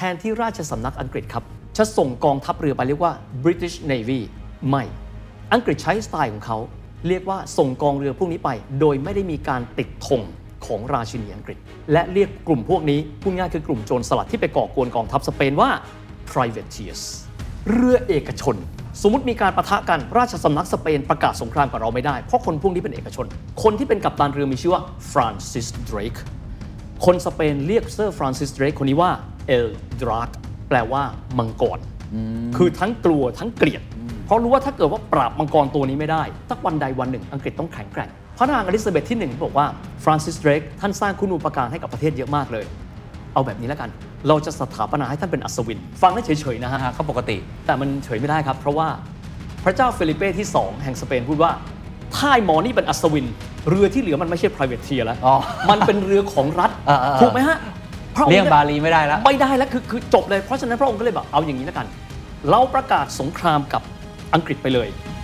นที่ราชสำนักอังกฤษครับจะส่งกองทัพเรือไปเรียกว่า British Navy ไม่อังกฤษใช้สไตล์ของเขาเรียกว่าส่งกองเรือพวกนี้ไปโดยไม่ได้มีการติดธงของราชินีอังกฤษและเรียกกลุ่มพวกนี้พูดง่ายคือกลุ่มโจรสลัดที่ไปก่อกวนกองทัพสเปนว่า privateers เรือเอกชนสมมุติมีการปะทะกันราชสำนักสเปนประกาศสงครามกับเราไม่ได้เพราะคนพวกนี้เป็นเอกชนคนที่เป็นกัปตันเรือมีชื่อว่าฟรานซิสเดรกคนสเปนเรียกเซอร์ฟรานซิสเดรกคนนี้ว่าเอลดราดแปลว่ามังกรคือทั้งกลัวทั้งเกลียดเพราะรู้ว่าถ้าเกิดว่าปราบมังกรตัวนี้ไม่ได้สักวันใดวันหนึ่งอังกฤษต้องแข็งแกร่งพระนางอลิซาเบธที่1บอกว่าฟรานซิสเดรกท่านสร้างคุณูปการให้กับประเทศเยอะมากเลยเอาแบบนี้แล้วกันเราจะสถาปนาให้ท่านเป็นอัศวินฟังได้เฉยๆนะฮะก็ปกติแต่มันเฉยไม่ได้ครับเพราะว่าพระเจ้าเฟลิเป้ที่2แห่งสเปนพูดว่าถ้าไอ้หมอนี่เป็นอัศวินเรือที่เหลือมันไม่ใช่ privateer แล้วมันเป็นเรือของรัฐถูกไหมฮะเรียกบาลีไม่ได้แล้วคือจบเลยเพราะฉะนั้นพระองค์ก็เลยบอกเอาอย่างนี้แล้วกันเราประกาศสงครามกับอังกฤษไปเลย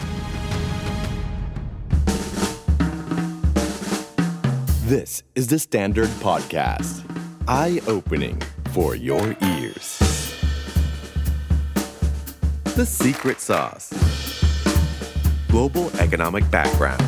This is the Standard Podcast Eye-opening for your ears The Secret Sauce Global Economic Background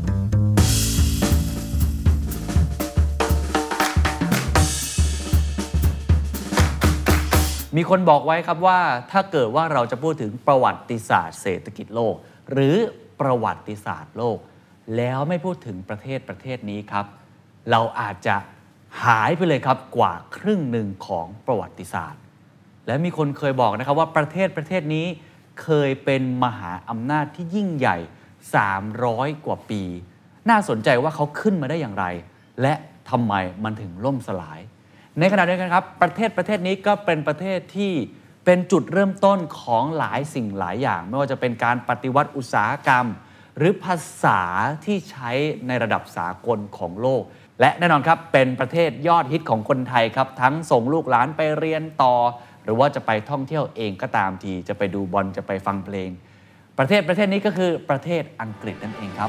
มีคนบอกไว้ครับว่าถ้าเกิดว่าเราจะพูดถึงประวัติศาสตร์เศรษฐกิจโลกหรือประวัติศาสตร์โลกแล้วไม่พูดถึงประเทศนี้ครับเราอาจจะหายไปเลยครับกว่าครึ่งหนึ่งของประวัติศาสตร์และมีคนเคยบอกนะครับว่าประเทศนี้เคยเป็นมหาอำนาจที่ยิ่งใหญ่300กว่าปีน่าสนใจว่าเขาขึ้นมาได้อย่างไรและทำไมมันถึงล่มสลายในขณะเดียวกันครับประเทศนี้ก็เป็นประเทศที่เป็นจุดเริ่มต้นของหลายสิ่งหลายอย่างไม่ว่าจะเป็นการปฏิวัติอุตสาหกรรมหรือภาษาที่ใช้ในระดับสากลของโลกและแน่นอนครับเป็นประเทศยอดฮิตของคนไทยครับทั้งส่งลูกหลานไปเรียนต่อหรือว่าจะไปท่องเที่ยวเองก็ตามทีจะไปดูบอลจะไปฟังเพลงประเทศนี้ก็คือประเทศอังกฤษนั่นเองครับ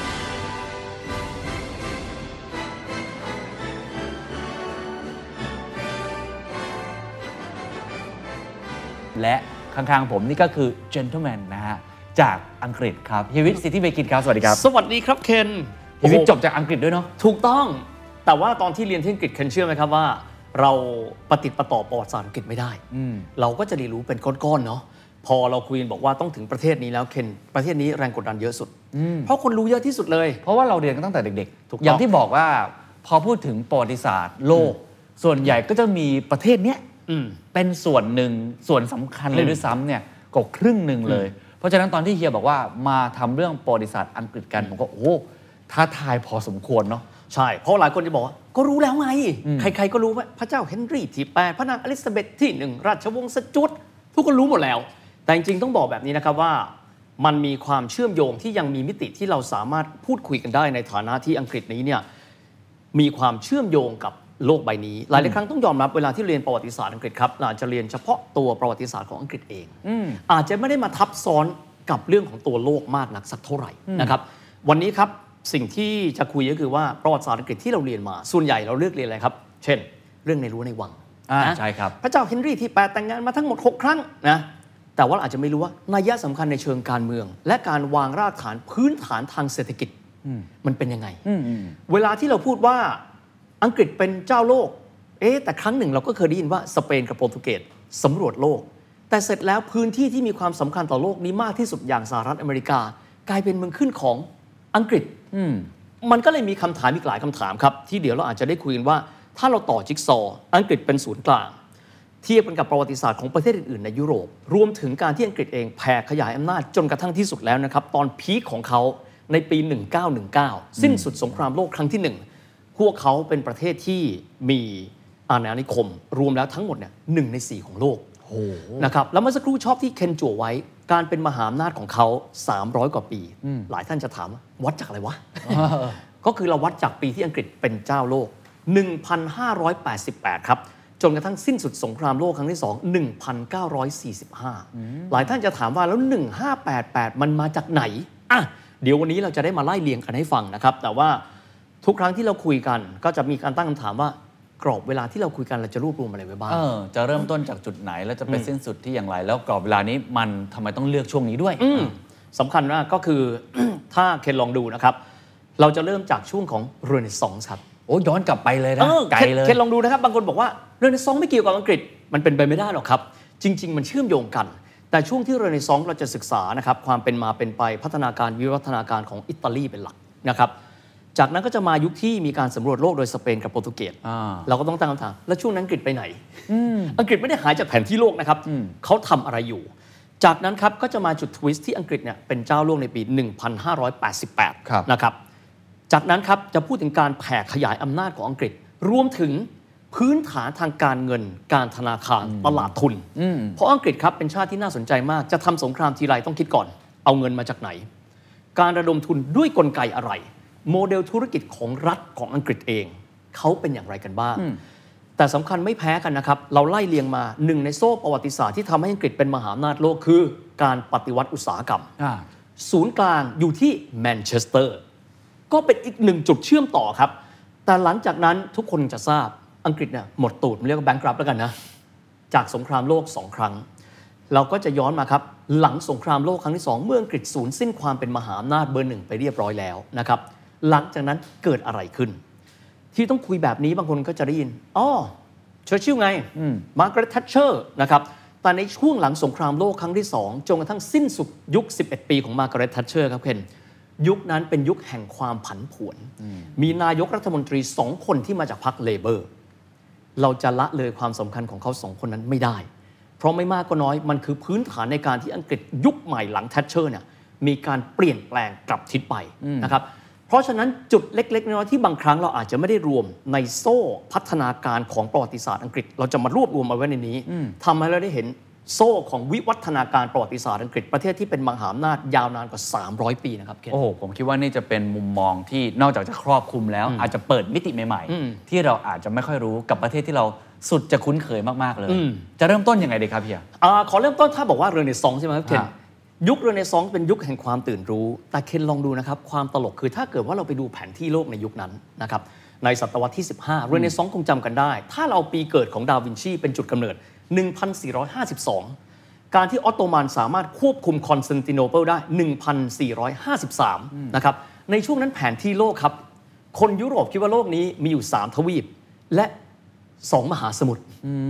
และข้างๆผมนี่ก็คือ gentleman นะฮะจากอังกฤษครับเฮียวิทย์สิทธิเบกินครับสวัสดีครับสวัสดีครับเคนเฮียวิทย์จบจากอังกฤษด้วยเนาะถูกต้องแต่ว่าตอนที่เรียนที่อังกฤษเคนเชื่อไหมครับว่าเราปฏิติดประต่อประวัติศาสตร์อังกฤษไม่ได้เราก็จะเรียนรู้เป็นก้อนๆเนาะพอเราคุยบอกว่าต้องถึงประเทศนี้แล้วเคนประเทศนี้แรงกดดันเยอะสุดเพราะคนรู้เยอะที่สุดเลยเพราะว่าเราเรียนกันตั้งแต่เด็กๆอย่างที่บอกว่าพอพูดถึงประวัติศาสตร์โลกส่วนใหญ่ก็จะมีประเทศเนี้ยเป็นส่วนหนึ่งส่วนสำคัญเลยด้วยซ้ำเนี่ยก็ครึ่งหนึ่งเลยเพราะฉะนั้นตอนที่เฮียบอกว่ามาทำเรื่องประวัติศาสตร์อังกฤษกันผมก็โอ้ท้าทายพอสมควรเนาะใช่เพราะหลายคนจะบอกว่าก็รู้แล้วไงใครๆก็รู้ว่าพระเจ้าเฮนรี่ที่8พระนางอลิซาเบธที่1ราชวงศ์สจ๊วตทุกคนรู้หมดแล้วแต่จริงๆต้องบอกแบบนี้นะครับว่ามันมีความเชื่อมโยงที่ยังมีมิติที่เราสามารถพูดคุยกันได้ในฐานะที่อังกฤษนี้เนี่ยมีความเชื่อมโยงกับโลกใบนี้หลายๆครั้งต้องยอมรับเวลาที่เรียนประวัติศาสตร์อังกฤษครับอาจจะเรียนเฉพาะตัวประวัติศาสตร์ของอังกฤษเองอาจจะไม่ได้มาทับซ้อนกับเรื่องของตัวโลกมากนักสักเท่าไหร่นะครับวันนี้ครับสิ่งที่จะคุยก็คือว่าประวัติศาสตร์อังกฤษที่เราเรียนมาส่วนใหญ่เราเลือกเรียนอะไรครับเช่นเรื่องในรั้วในวังใช่ครับพระเจ้าเฮนรี่ที่8แต่งงานมาทั้งหมด6ครั้งนะแต่ว่าอาจจะไม่รู้ว่านัยสำคัญในเชิงการเมืองและการวางรากฐานพื้นฐานทางเศรษฐกิจมันเป็นยังไงเวลาที่เราพูดว่าอังกฤษเป็นเจ้าโลกแต่ครั้งหนึ่งเราก็เคยได้ยินว่าสเปนกับโปรตุเกสสำรวจโลกแต่เสร็จแล้วพื้นที่ที่มีความสำคัญต่อโลกนี้มากที่สุดอย่างสหรัฐอเมริกากลายเป็นเมืองขึ้นของอังกฤษมันก็เลยมีคำถามอีกหลายคำถามครับที่เดี๋ยวเราอาจจะได้คุยกันว่าถ้าเราต่อจิ๊กซอว์อังกฤษเป็นศูนย์กลางเทียบกันกับประวัติศาสตร์ของประเทศอื่นๆในยุโรปรวมถึงการที่อังกฤษเองแผ่ขยายอำนาจจนกระทั่งที่สุดแล้วนะครับตอนพีคของเขาในปี1919สิ้นสุดสงครามโลกครั้งที่1พวกเขาเป็นประเทศที่มีอาณานิคมรวมแล้วทั้งหมดเนี่ย1 ใน 4ของโลกนะครับแล้วเมื่อสักครู่ชอบที่เคนจั่วไว้การเป็นมหาอำนาจของเขา300กว่าปีหลายท่านจะถามวัดจากอะไรวะ ก็คือเราวัดจากปีที่อังกฤษเป็นเจ้าโลก 1588 ครับจนกระทั่งสิ้นสุดสงครามโลกครั้งที่2 1945หลายท่านจะถามว่าแล้ว1588มันมาจากไหนเดี๋ยววันนี้เราจะได้มาไล่เรียงกันให้ฟังนะครับแต่ว่าทุกครั้งที่เราคุยกันก็จะมีการตั้งคำถามว่ากรอบเวลาที่เราคุยกันเราจะรวบรวมอะไรไว้บ้างจะเริ่มต้นจากจุดไหนแล้วจะไปสิ้นสุดที่อย่างไรแล้วกรอบเวลานี้มันทำไมต้องเลือกช่วงนี้ด้วยสำคัญมากก็คือ ถ้าเคนลองดูนะครับเราจะเริ่มจากช่วงของเรเนซองส์ครับโอ้ย้อนกลับไปเลยนะไกลเลยเคนลองดูนะครับบางคนบอกว่าเรเนซองส์ไม่เกี่ยวกับอังกฤษมันเป็นไปไม่ได้หรอกครับจริงๆมันเชื่อมโยงกันแต่ช่วงที่เรเนซองส์เราจะศึกษานะครับความเป็นมาเป็นไปพัฒนาการวิวัฒนาการของอิตาลีเป็นหลักนะครับจากนั้นก็จะมายุคที่มีการสำรวจโลกโดยสเปนกับโปรตุเกสเราก็ต้องตั้งคำถามแล้วช่วงนั้นอังกฤษไปไหนอังกฤษไม่ได้หายจากแผนที่โลกนะครับเขาทำอะไรอยู่จากนั้นครับก็จะมาจุดทวิสต์ที่อังกฤษเนี่ยเป็นเจ้าโลกในปี 1588 นะครับจากนั้นครับจะพูดถึงการแผ่ขยายอำนาจของอังกฤษรวมถึงพื้นฐานทางการเงินการธนาคารตลาดทุนเพราะอังกฤษครับเป็นชาติที่น่าสนใจมากจะทำสงครามทีไรต้องคิดก่อนเอาเงินมาจากไหนการระดมทุนด้วยกลไกอะไรโมเดลธุรกิจของรัฐของอังกฤษเองเขาเป็นอย่างไรกันบ้างแต่สำคัญไม่แพ้กันนะครับเราไล่เรียงมาหนึ่งในโซ่ประวัติศาสตร์ที่ทำให้อังกฤษเป็นมหาอำนาจโลกคือการปฏิวัติอุตสาหกรรมศูนย์กลางอยู่ที่แมนเชสเตอร์ก็เป็นอีกหนึ่งจุดเชื่อมต่อครับแต่หลังจากนั้นทุกคนจะทราบอังกฤษเนี่ยหมดตูดเรียกว่าแบงก์ครับแล้วกันนะจากสงครามโลก2 ครั้งเราก็จะย้อนมาครับหลังสงครามโลกครั้งที่2เมื่ออังกฤษสูญสิ้นความเป็นมหาอำนาจเบอร์ 1ไปเรียบร้อยแล้วนะครับหลังจากนั้นเกิดอะไรขึ้นที่ต้องคุยแบบนี้บางคนก็จะได้ยินเชอร์ชิลไงมาร์กาเร็ต แททเชอร์นะครับแต่ในช่วงหลังสงครามโลกครั้งที่2จนกระทั่งสิ้นสุดยุค11 ปีของมาร์กาเร็ต แททเชอร์ครับเคนยุคนั้นเป็นยุคแห่งความผันผวนมีนายกรัฐมนตรี2 คนที่มาจากพรรคเลเบอร์เราจะละเลยความสำคัญของเขา2 คนนั้นไม่ได้เพราะไม่มากก็น้อยมันคือพื้นฐานในการที่อังกฤษยุคใหม่หลังแททเชอร์เนี่ยมีการเปลี่ยนแปลงกลับทิศไปนะครับเพราะฉะนั้นจุดเล็กๆน้อยๆที่บางครั้งเราอาจจะไม่ได้รวมในโซ่พัฒนาการของประวัติศาสตร์อังกฤษเราจะมารวบรวมมาไว้ในนี้ทำให้เราได้เห็นโซ่ของวิวัฒนาการประวัติศาสตร์อังกฤษประเทศที่เป็นมหาอำนาจยาวนานกว่า300 ปีนะครับโอ้โหผมคิดว่านี่จะเป็นมุมมองที่นอกจากจะครอบคลุมแล้วอาจจะเปิดมิติใหม่ๆที่เราอาจจะไม่ค่อยรู้กับประเทศที่เราสุดจะคุ้นเคยมากๆเลยจะเริ่มต้นยังไงดีครับพี่ขอเริ่มต้นถ้าบอกว่าเรเนซองส์ใช่ไหมครับเคนยุคเรเนซองส์เป็นยุคแห่งความตื่นรู้แต่เคนลองดูนะครับความตลกคือถ้าเกิดว่าเราไปดูแผนที่โลกในยุคนั้นนะครับในศตวรรษที่15เรเนซองส์คงจำกันได้ถ้าเราปีเกิดของดาวินชีเป็นจุดกำเนิด 1452 การที่ออตโตมันสามารถควบคุมคอนสแตนติโนเปิลได้ 1453 นะครับในช่วงนั้นแผนที่โลกครับคนยุโรปคิดว่าโลกนี้มีอยู่3 ทวีปและ2 มหาสมุทร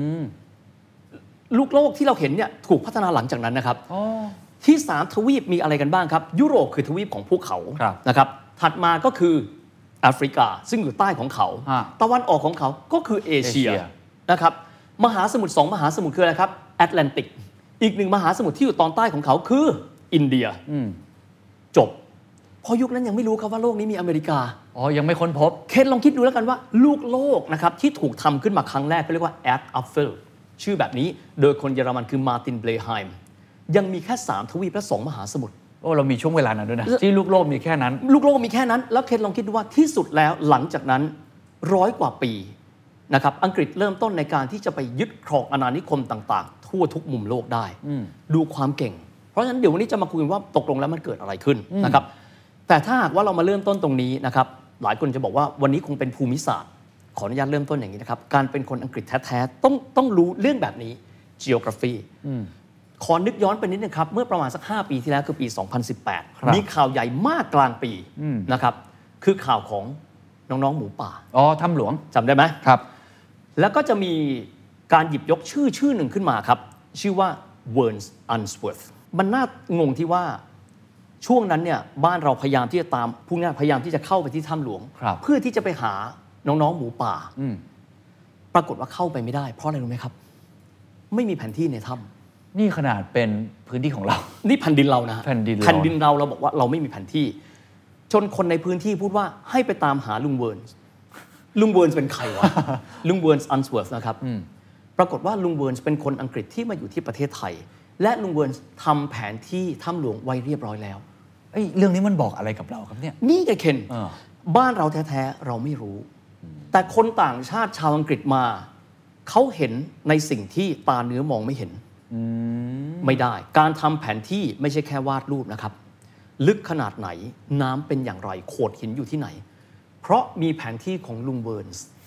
ลูกโลกที่เราเห็นเนี่ยถูกพัฒนาหลังจากนั้นนะครับที่3 ทวีปมีอะไรกันบ้างครับยุโรปคือทวีปของภูเขานะครับถัดมาก็คือแอฟริกาซึ่งอยู่ใต้ของเขาตะวันออกของเขาก็คือเอเชียนะครับมหาสมุทร2 มหาสมุทรคืออะไรครับแอตแลนติกอีก1 มหาสมุทรที่อยู่ตอนใต้ของเขาคืออินเดียจบพอยุคนั้นยังไม่รู้ครับว่าโลกนี้มีอเมริกายังไม่ค้นพบเคนลองคิดดูแล้วกันว่าลูกโลกนะครับที่ถูกทำขึ้นมาครั้งแรกก็เรียกว่าแอดอัฟเฟลชื่อแบบนี้โดยคนเยอรมันคือมาร์ติน เบลไฮม์ยังมีแค่3 ทวีปและ2 มหาสมุทรเรามีช่วงเวลานั้นด้วยนะที่ลูกโลกมีแค่นั้นลูกโลกมีแค่นั้นแล้วเคนลองคิดดูว่าที่สุดแล้วหลังจากนั้น100 กว่าปีนะครับอังกฤษเริ่มต้นในการที่จะไปยึดครองอาณานิคมต่างๆทั่วทุกมุมโลกได้ดูความเก่งเพราะฉะนั้นเดี๋ยววันนี้จะมาคุยกันว่าตกลงแล้วมันเกิดอะไรขึ้นนะครับแต่ถ้าหากว่าเรามาเริ่มต้นตรงนี้นะครับหลายคนจะบอกว่าวันนี้คงเป็นภูมิศาสตร์ขออนุญาตเริ่มต้นอย่างนี้นะครับการเป็นคนอังกฤษแท้ๆต้องรู้เรื่องแบบนี้ geography ขอนึกย้อนไปนิดนึงครับเมื่อประมาณสัก5 ปีที่แล้วคือปี 2018 มีข่าวใหญ่มากกลางปีนะครับคือข่าวของน้องๆหมูป่าถ้ำหลวงจำได้ไหมครับแล้วก็จะมีการหยิบยกชื่อหนึ่งขึ้นมาครับชื่อว่า Burns Unsworth มันน่างงที่ว่าช่วงนั้นเนี่ยบ้านเราพยายามที่จะตามผู้งานพยายามที่จะเข้าไปที่ถ้ำหลวงเพื่อที่จะไปหาน้องๆหมูป่าปรากฏว่าเข้าไปไม่ได้เพราะอะไรรู้ไหมครับไม่มีแผนที่ในถ้ำนี่ขนาดเป็นพื้นที่ของเรานี่แผ่นดินเรานะแผ่นดินเราบอกว่าเราไม่มีแผนที่จนคนในพื้นที่พูดว่าให้ไปตามหาลุงเวิร์นส์เป็นใครวะลุงเวิร์นส์อันสเวิร์ธนะครับปรากฏว่าลุงเวิร์นส์เป็นคนอังกฤษที่มาอยู่ที่ประเทศไทยและลุงเวิร์นส์ทำแผนที่ถ้ำหลวงไว้เรียบร้อยแล้วเรื่องนี้มันบอกอะไรกับเราครับเนี่ยนี่ไงเคนบ้านเราแท้ๆเราไม่รู้แต่คนต่างชาติชาวอังกฤษมาเขาเห็นในสิ่งที่ตาเนื้อมองไม่เห็นไม่ได้การทำแผนที่ไม่ใช่แค่วาดรูปนะครับลึกขนาดไหนน้ำเป็นอย่างไรโขดหินอยู่ที่ไหนเพราะมีแผนที่ของลุงเวิร์นส์ท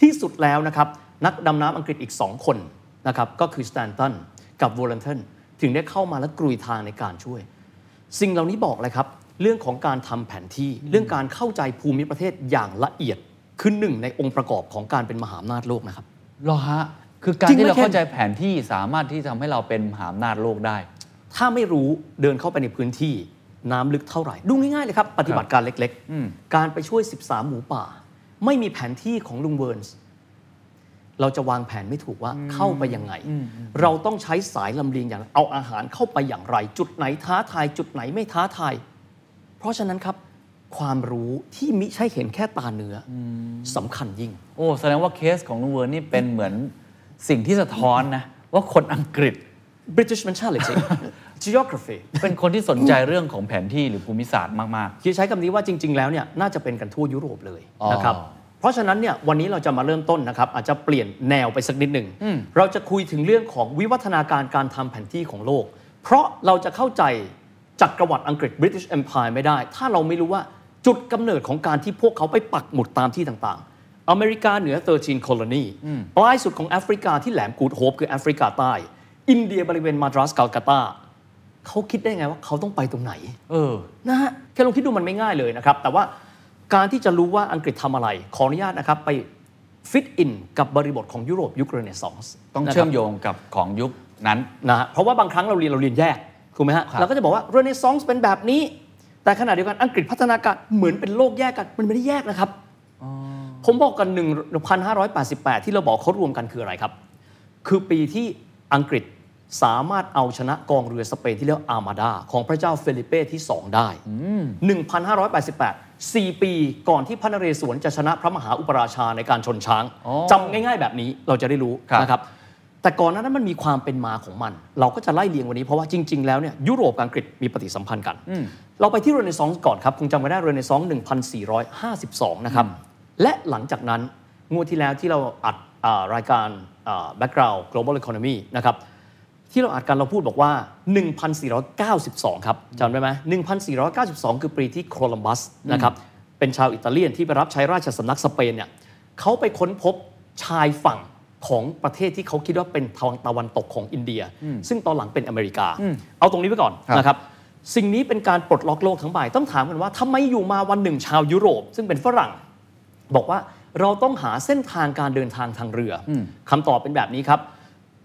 ที่สุดแล้วนะครับนักดำน้ำอังกฤษอีก2คนนะครับก็คือสแตนตันกับวอลเลนตันถึงได้เข้ามาและกรุยทางในการช่วยสิ่งเหล่านี้บอกเลยครับเรื่องของการทำแผนที่เรื่องการเข้าใจภูมิประเทศอย่างละเอียดคือหนึ่งในองค์ประกอบของการเป็นมหาอำนาจโลกนะครับเหรอฮะคือการที่เราเข้าใจแผนที่สามารถที่จะทำให้เราเป็นมหาอำนาจโลกได้ถ้าไม่รู้เดินเข้าไปในพื้นที่น้ำลึกเท่าไหร่ดูง่ายๆเลยครับปฏิบัติการเล็กๆการไปช่วย13หมูป่าไม่มีแผนที่ของลุงเวิร์นส์เราจะวางแผนไม่ถูกว่าเข้าไปยังไงเราต้องใช้สายลำเลียงอย่างเอาอาหารเข้าไปอย่างไรจุดไหนท้าทายจุดไหนไม่ท้าทายเพราะฉะนั้นครับความรู้ที่มิใช่เห็นแค่ตาเนื้อสำคัญยิ่งโอ้แสดงว่าเคสของลุงเวิร์นนี่เป็นเหมือนสิ่งที่สะท้อนนะว่าคนอังกฤษ British mentality geography เป็นคนที่สนใจเรื่องของแผนที่หรือภูมิศาสตร์มากๆคือใช้คำนี้ว่าจริงๆแล้วเนี่ยน่าจะเป็นกันทั่วยุโรปเลยนะครับเพราะฉะนั้นเนี่ยวันนี้เราจะมาเริ่มต้นนะครับอาจจะเปลี่ยนแนวไปสักนิดหนึ่งเราจะคุยถึงเรื่องของวิวัฒนาการการทำแผนที่ของโลกเพราะเราจะเข้าใจจักรวรรดิอังกฤษ British Empire ไม่ได้ถ้าเราไม่รู้ว่าจุดกำเนิดของการที่พวกเขาไปปักหมุดตามที่ต่างๆอเมริกาเหนือ13 colony ปลายสุดของแอฟริกาที่แหลมกูดโฮปคือแอฟริกาใต้อินเดียบริเวณมาดรัสกัลกัตตาเขาคิดได้ไงว่าเขาต้องไปตรงไหนนะฮะแค่ลองคิดดูมันไม่ง่ายเลยนะครับแต่ว่าการที่จะรู้ว่าอังกฤษทำอะไรขออนุญาตนะครับไปฟิตอินกับบริบทของยุโรปยุคเรเนซองส์ต้องเชื่อมโยงกับของยุคนั้นนะเพราะว่าบางครั้งเราเรียนแยกถูกไหมฮะเราก็จะบอกว่าเรเนซองส์เป็นแบบนี้แต่ขณะเดียวกันอังกฤษพัฒนาการเหมือนเป็นโลกแยกกันมันไม่ได้แยกนะครับผมบอกกัน 1588 ที่เราบอกเขารวมกันคืออะไรครับคือปีที่อังกฤษสามารถเอาชนะกองเรือสเปนที่เรียกอาร์มาดาของพระเจ้าเฟลิเป้ที่2ได้1588 4 ปีก่อนที่พระนเรศวรจะชนะพระมหาอุปราชาในการชนช้างจำง่ายๆแบบนี้เราจะได้รู้นะครับแต่ก่อนหน้านั้นมันมีความเป็นมาของมันเราก็จะไล่เรียงวันนี้เพราะว่าจริงๆแล้วเนี่ยยุโรปกับอังกฤษมีปฏิสัมพันธ์กันเราไปที่เรเนซองส์ก่อนครับคงจำกันได้เรเนซองส์ 1452 นะครับและหลังจากนั้นงวดที่แล้วที่เราอัดรายการ Background Global Economy นะครับที่เราอัดกันเราพูดบอกว่า 1492 ครับจำได้ไหม1492 คือปีที่โคลัมบัสนะครับเป็นชาวอิตาเลียนที่ไปรับใช้ราชสำนักสเปนเนี่ยเขาไปค้นพบชายฝั่งของประเทศที่เขาคิดว่าเป็นทางตะวันตกของอินเดียซึ่งตอนหลังเป็นอเมริกาเอาตรงนี้ไว้ก่อนนะครับสิ่งนี้เป็นการปลดล็อกโลกทั้งใบต้องถามกันว่าทำไมอยู่มาวันหนึ่งชาวยุโรปซึ่งเป็นฝรั่งบอกว่าเราต้องหาเส้นทางการเดินทางทางเรือคำตอบเป็นแบบนี้ครับปี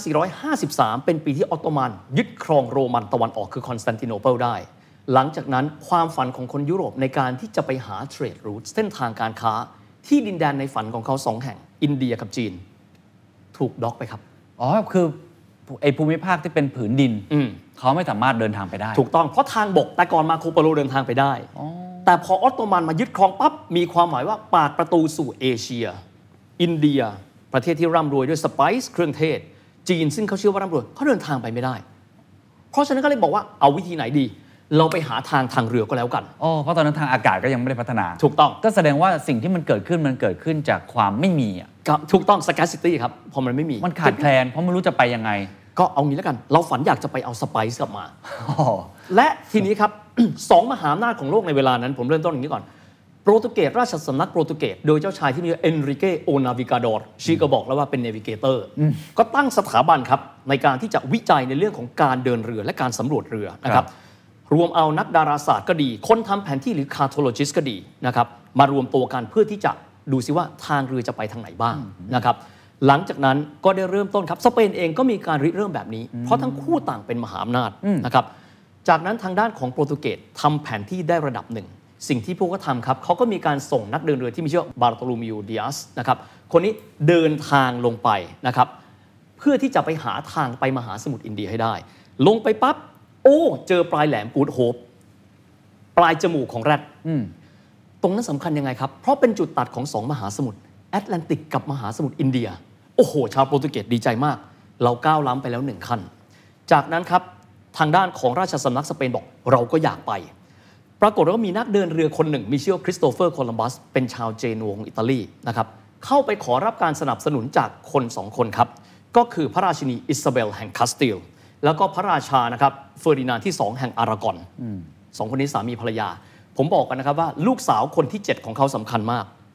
1453 เป็นปีที่ออตโตมันยึดครองโรมันตะวันออกคือคอนสแตนติโนเปิลได้หลังจากนั้นความฝันของคนยุโรปในการที่จะไปหาเทรดรูทเส้นทางการค้าที่ดินแดนในฝันของเขา2แห่งอินเดียกับจีนถูกบล็อกไปครับคือไอ้ภูมิภาคที่เป็นผืนดินเขาไม่สามารถเดินทางไปได้ถูกต้องเพราะทางบกแต่ก่อนมาโคโปโลเดินทางไปได้แต่พอออตโตมันมายึดครองปั๊บมีความหมายว่าปากประตูสู่เอเชียอินเดียประเทศที่ร่ำรวยด้วยสไปซ์เครื่องเทศจีนซึ่งเขาเชื่อว่าร่ำรวยเขาเดินทางไปไม่ได้เพราะฉะนั้นก็เลยบอกว่าเอาวิธีไหนดีเราไปหาทางเรือก็แล้วกันเพราะตอนนั้นทางอากาศก็ยังไม่ได้พัฒนาถูกต้องก็แสดงว่าสิ่งที่มันเกิดขึ้นจากความไม่มีถูกต้อง scarcity ครับพอมันไม่มีมันขาดแคลนเพราะไม่รู้จะไปยังไงก็เอางี้แล้วกันเราฝันอยากจะไปเอาสไปซ์กลับมาและทีนี้ครับ 2 มหาอำนาจของโลกในเวลานั้นผมเริ่มต้นอย่างนี้ก่อนโปรตุเกสราชสำนักโปรตุเกสโดยเจ้าชายที่มีเอนริเกโอนาวิกาดอร์ชื่อก็บอกแล้วว่าเป็นเนวิเกเตอร์ก็ตั้งสถาบันครับในการที่จะวิจัยในเรื่องของการเดินเรือและการสำรวจเรือนะครับรวมเอานักดาราศาสตร์ก็ดีคนทำแผนที่หรือคาร์โทโลจิสต์ก็ดีนะครับมารวมตัวกันเพื่อที่จะดูซิว่าทางเรือจะไปทางไหนบ้างนะครับหลังจากนั้นก็ได้เริ่มต้นครับสเปนเองก็มีการริเริ่มแบบนี้เพราะทั้งคู่ต่างเป็นมหาอำนาจนะครับจากนั้นทางด้านของโปรตุเกสทำแผนที่ได้ระดับหนึ่งสิ่งที่พวกเขาทำครับเขาก็มีการส่งนักเดินเรือที่มีชื่อบาร์โตลูมิโอดิอัสนะครับคนนี้เดินทางลงไปนะครับเพื่อที่จะไปหาทางไปมหาสมุทรอินเดียให้ได้ลงไปปั๊บเจอปลายแหลมกูดโฮปปลายจมูกของแรดตรงนั้นสำคัญยังไงครับเพราะเป็นจุดตัดของ2มหาสมุทรแอตแลนติกกับมหาสมุทรอินเดียชาวโปรตุเกสดีใจมากเราก้าวล้ำไปแล้ว1ขั้นจากนั้นครับทางด้านของราชสำนักสเปนบอกเราก็อยากไปปรากฏว่ามีนักเดินเรือคนหนึ่งมีชื่อคริสโตเฟอร์โคลัมบัสเป็นชาวเจนัวของอิตาลีนะครับเข้าไปขอรับการสนับสนุนจากคน2คนครับก็คือพระราชินีอิซาเบลแห่งคาสติลแล้วก็พระราชานะครับเฟอร์ดินานด์ที่2แห่งอารากอน2คนนี้สามีภรรยาผมบอกกันนะครับว่าลูกสาวคนที่7ของเขาสำคัญมาก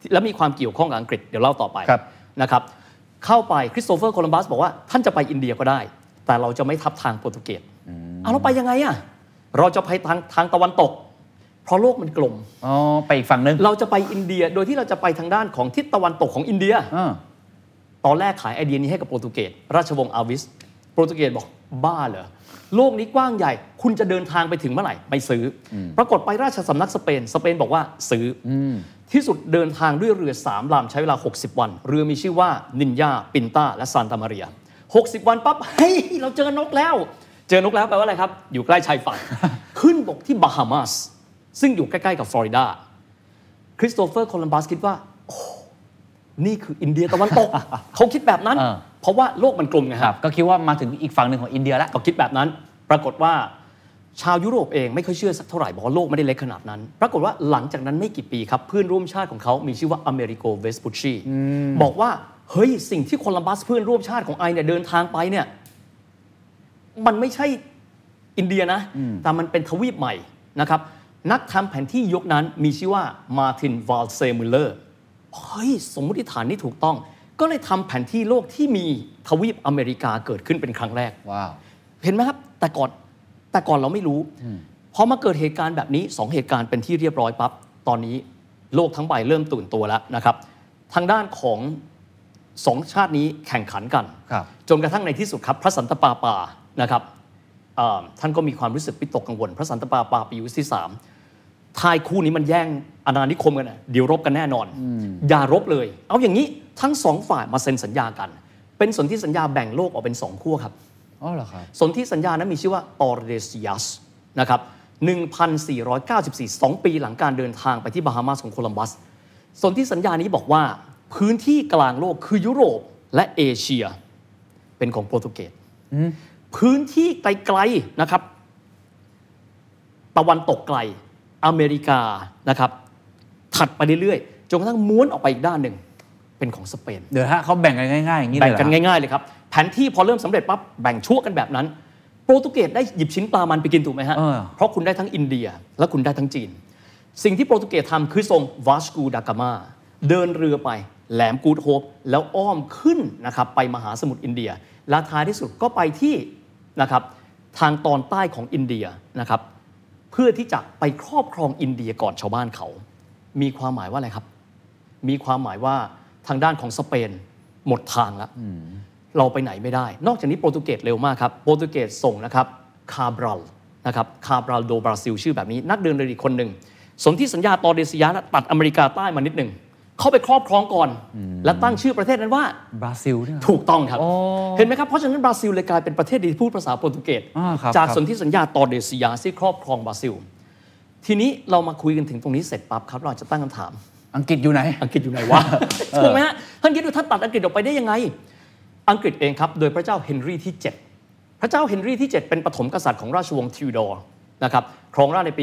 แล้วมีความเกี่ยวข้องกับอังกฤษเดี๋ยวเล่าต่อไปครับนะครับเข้าไปคริสโตเฟอร์โคลัมบัสบอกว่าท่านจะไปอินเดียก็ได้แต่เราจะไม่ทับทางโปรตุเกสเอาเราไปยังไงอะเราจะไปทางตะวันตกเพราะโลกมันกลมไปอีกฝั่งนึงเราจะไปอินเดียโดยที่เราจะไปทางด้านของทิศตะวันตกของอินเดียตอนแรกขายไอเดียนี้ให้กับโปรตุเกสราชวงศ์อาวิสโปรตุเกสบอกบ้าเหรอโลกนี้กว้างใหญ่คุณจะเดินทางไปถึงเมื่อไหร่ไม่ซื้อปรากฏไปราชสำนักสเปนบอกว่าซื้อที่สุดเดินทางด้วยเรือ3 ลำใช้เวลา60 วันเรือมีชื่อว่านินยาปินต้าและซานตามาเรีย60 วันปั๊บเฮ้ยเราเจอนกแล้วแปลว่าอะไรครับอยู่ใกล้ชายฝั่ง ขึ้นบกที่บาฮามาสซึ่งอยู่ใกล้ๆกับฟลอริดาคริสโตเฟอร์โคลัมบัสคิดว่าโอ้นี่คืออินเดียตะวันตก เขาคิดแบบนั้นเพราะว่าโลกมันกลมไงครับก็คิดว่ามาถึงอีกฝั่งหนึ่งของอินเดียแล้วก็คิดแบบนั้นปรากฏว่าชาวยุโรปเองไม่ค่อยเชื่อสักเท่าไหร่บอกว่าโลกไม่ได้เล็กขนาดนั้นปรากฏว่าหลังจากนั้นไม่กี่ปีครับเพื่อนร่วมชาติของเขามีชื่อว่าอเมริโกเวสปูชีบอกว่าเฮ้ยสิ่งที่โคลัมบัสเพื่อนร่วมชาติของไอเนี่ยเดินทางไปเนี่ยมันไม่ใช่อินเดียนะแต่มันเป็นทวีปใหม่นะครับนักทำแผนที่ยุคนั้นมีชื่อว่ามาร์ตินวาลเซมุลเลอร์เฮ้ยสมมติฐานนี้ถูกต้องก็เลยทำแผนที่โลกที่มีทวีปอเมริกาเกิดขึ้นเป็นครั้งแรกว้าวเห็นไหมครับแต่ก่อนเราไม่รู้พอมาเกิดเหตุการณ์แบบนี้2 เหตุการณ์เป็นที่เรียบร้อยปั๊บตอนนี้โลกทั้งใบเริ่มตื่นตัวแล้วนะครับทางด้านของ2 ชาตินี้แข่งขันกันจนกระทั่งในที่สุดครับพระสันตะปาปานะครับท่านก็มีความรู้สึกวิตกกังวลพระสันตะปาปาปีที่3ทายคู่นี้มันแย่งอาณานิคมกันนะเดี๋ยวรบกันแน่นอนอย่ารบเลยเอาอย่างนี้ทั้ง2 ฝ่ายมาเซ็นสัญญากันเป็นสนธิสัญญาแบ่งโลกออกเป็น2 ขั้วครับอ๋อเหรอครับสนธิสัญญานั้นมีชื่อว่าตอร์เดซิยัสนะครับ 1494 2 ปีหลังการเดินทางไปที่บาฮามาสของโคลัมบัสสนธิสัญญานี้บอกว่าพื้นที่กลางโลกคือยุโรปและเอเชียเป็นของโปรตุเกสพื้นที่ไกลๆนะครับตะวันตกไกลอเมริกานะครับถัดไปเรื่อยๆจนกระทั่งม้วนออกไปอีกด้านหนึ่งเป็นของสเปนเดี๋ยวฮะเขาแบ่งกันง่ายๆอย่างนี้เลยแบ่งกันง่ายๆเลยครับแผนที่พอเริ่มสำเร็จปั๊บแบ่งชั่วกันแบบนั้นโปรตุเกสได้หยิบชิ้นปลามันไปกินถูกไหมฮะเพราะคุณได้ทั้งอินเดียและคุณได้ทั้งจีนสิ่งที่โปรตุเกสทำคือส่งวาสโกดากามาเดินเรือไปแหลมกูดโฮปแล้วอ้อมขึ้นนะครับไปมหาสมุทรอินเดียและท้ายที่สุดก็ไปที่นะครับทางตอนใต้ของอินเดียนะครับเพื่อที่จะไปครอบครองอินเดียก่อนชาวบ้านเขามีความหมายว่าอะไรครับมีความหมายว่าทางด้านของสเปนหมดทางแล้วเราไปไหนไม่ได้นอกจากนี้โปรตุเกสเร็วมากครับโปรตุเกสส่งนะครับคาบรัลนะครับคาบรัลโดบราซิลชื่อแบบนี้นักเดินเรืออีกคนหนึ่งสนธิสัญญาตอร์เดซิยัสตัดอเมริกาใต้มานิดหนึ่งเข้าไปครอบครองก่อนและตั้งชื่อประเทศนั้นว่าบราซิลถูกต้องครับเห็นไหมครับเพราะฉะนั้นบราซิลเลยกลายเป็นประเทศที่พูดภาษาโปรตุเกสจากสนธิสัญญาตอร์เดซิยัสที่ครอบครองบราซิลทีนี้เรามาคุยกันถึงตรงนี้เสร็จปั๊บครับเราจะตั้งคำถามอังกฤษอยู่ไหนวะถูกไหมฮะท่านคิดดูท่านตัดอังกฤษออกไปได้ยังไงอังกฤษเองครับโดยพระเจ้าเฮนรี่ที่7พระเจ้าเฮนรี่ที่7เป็นปฐมกษัตริย์ของราชวงศ์ทิวดอร์นะครับครองราชย์ในปี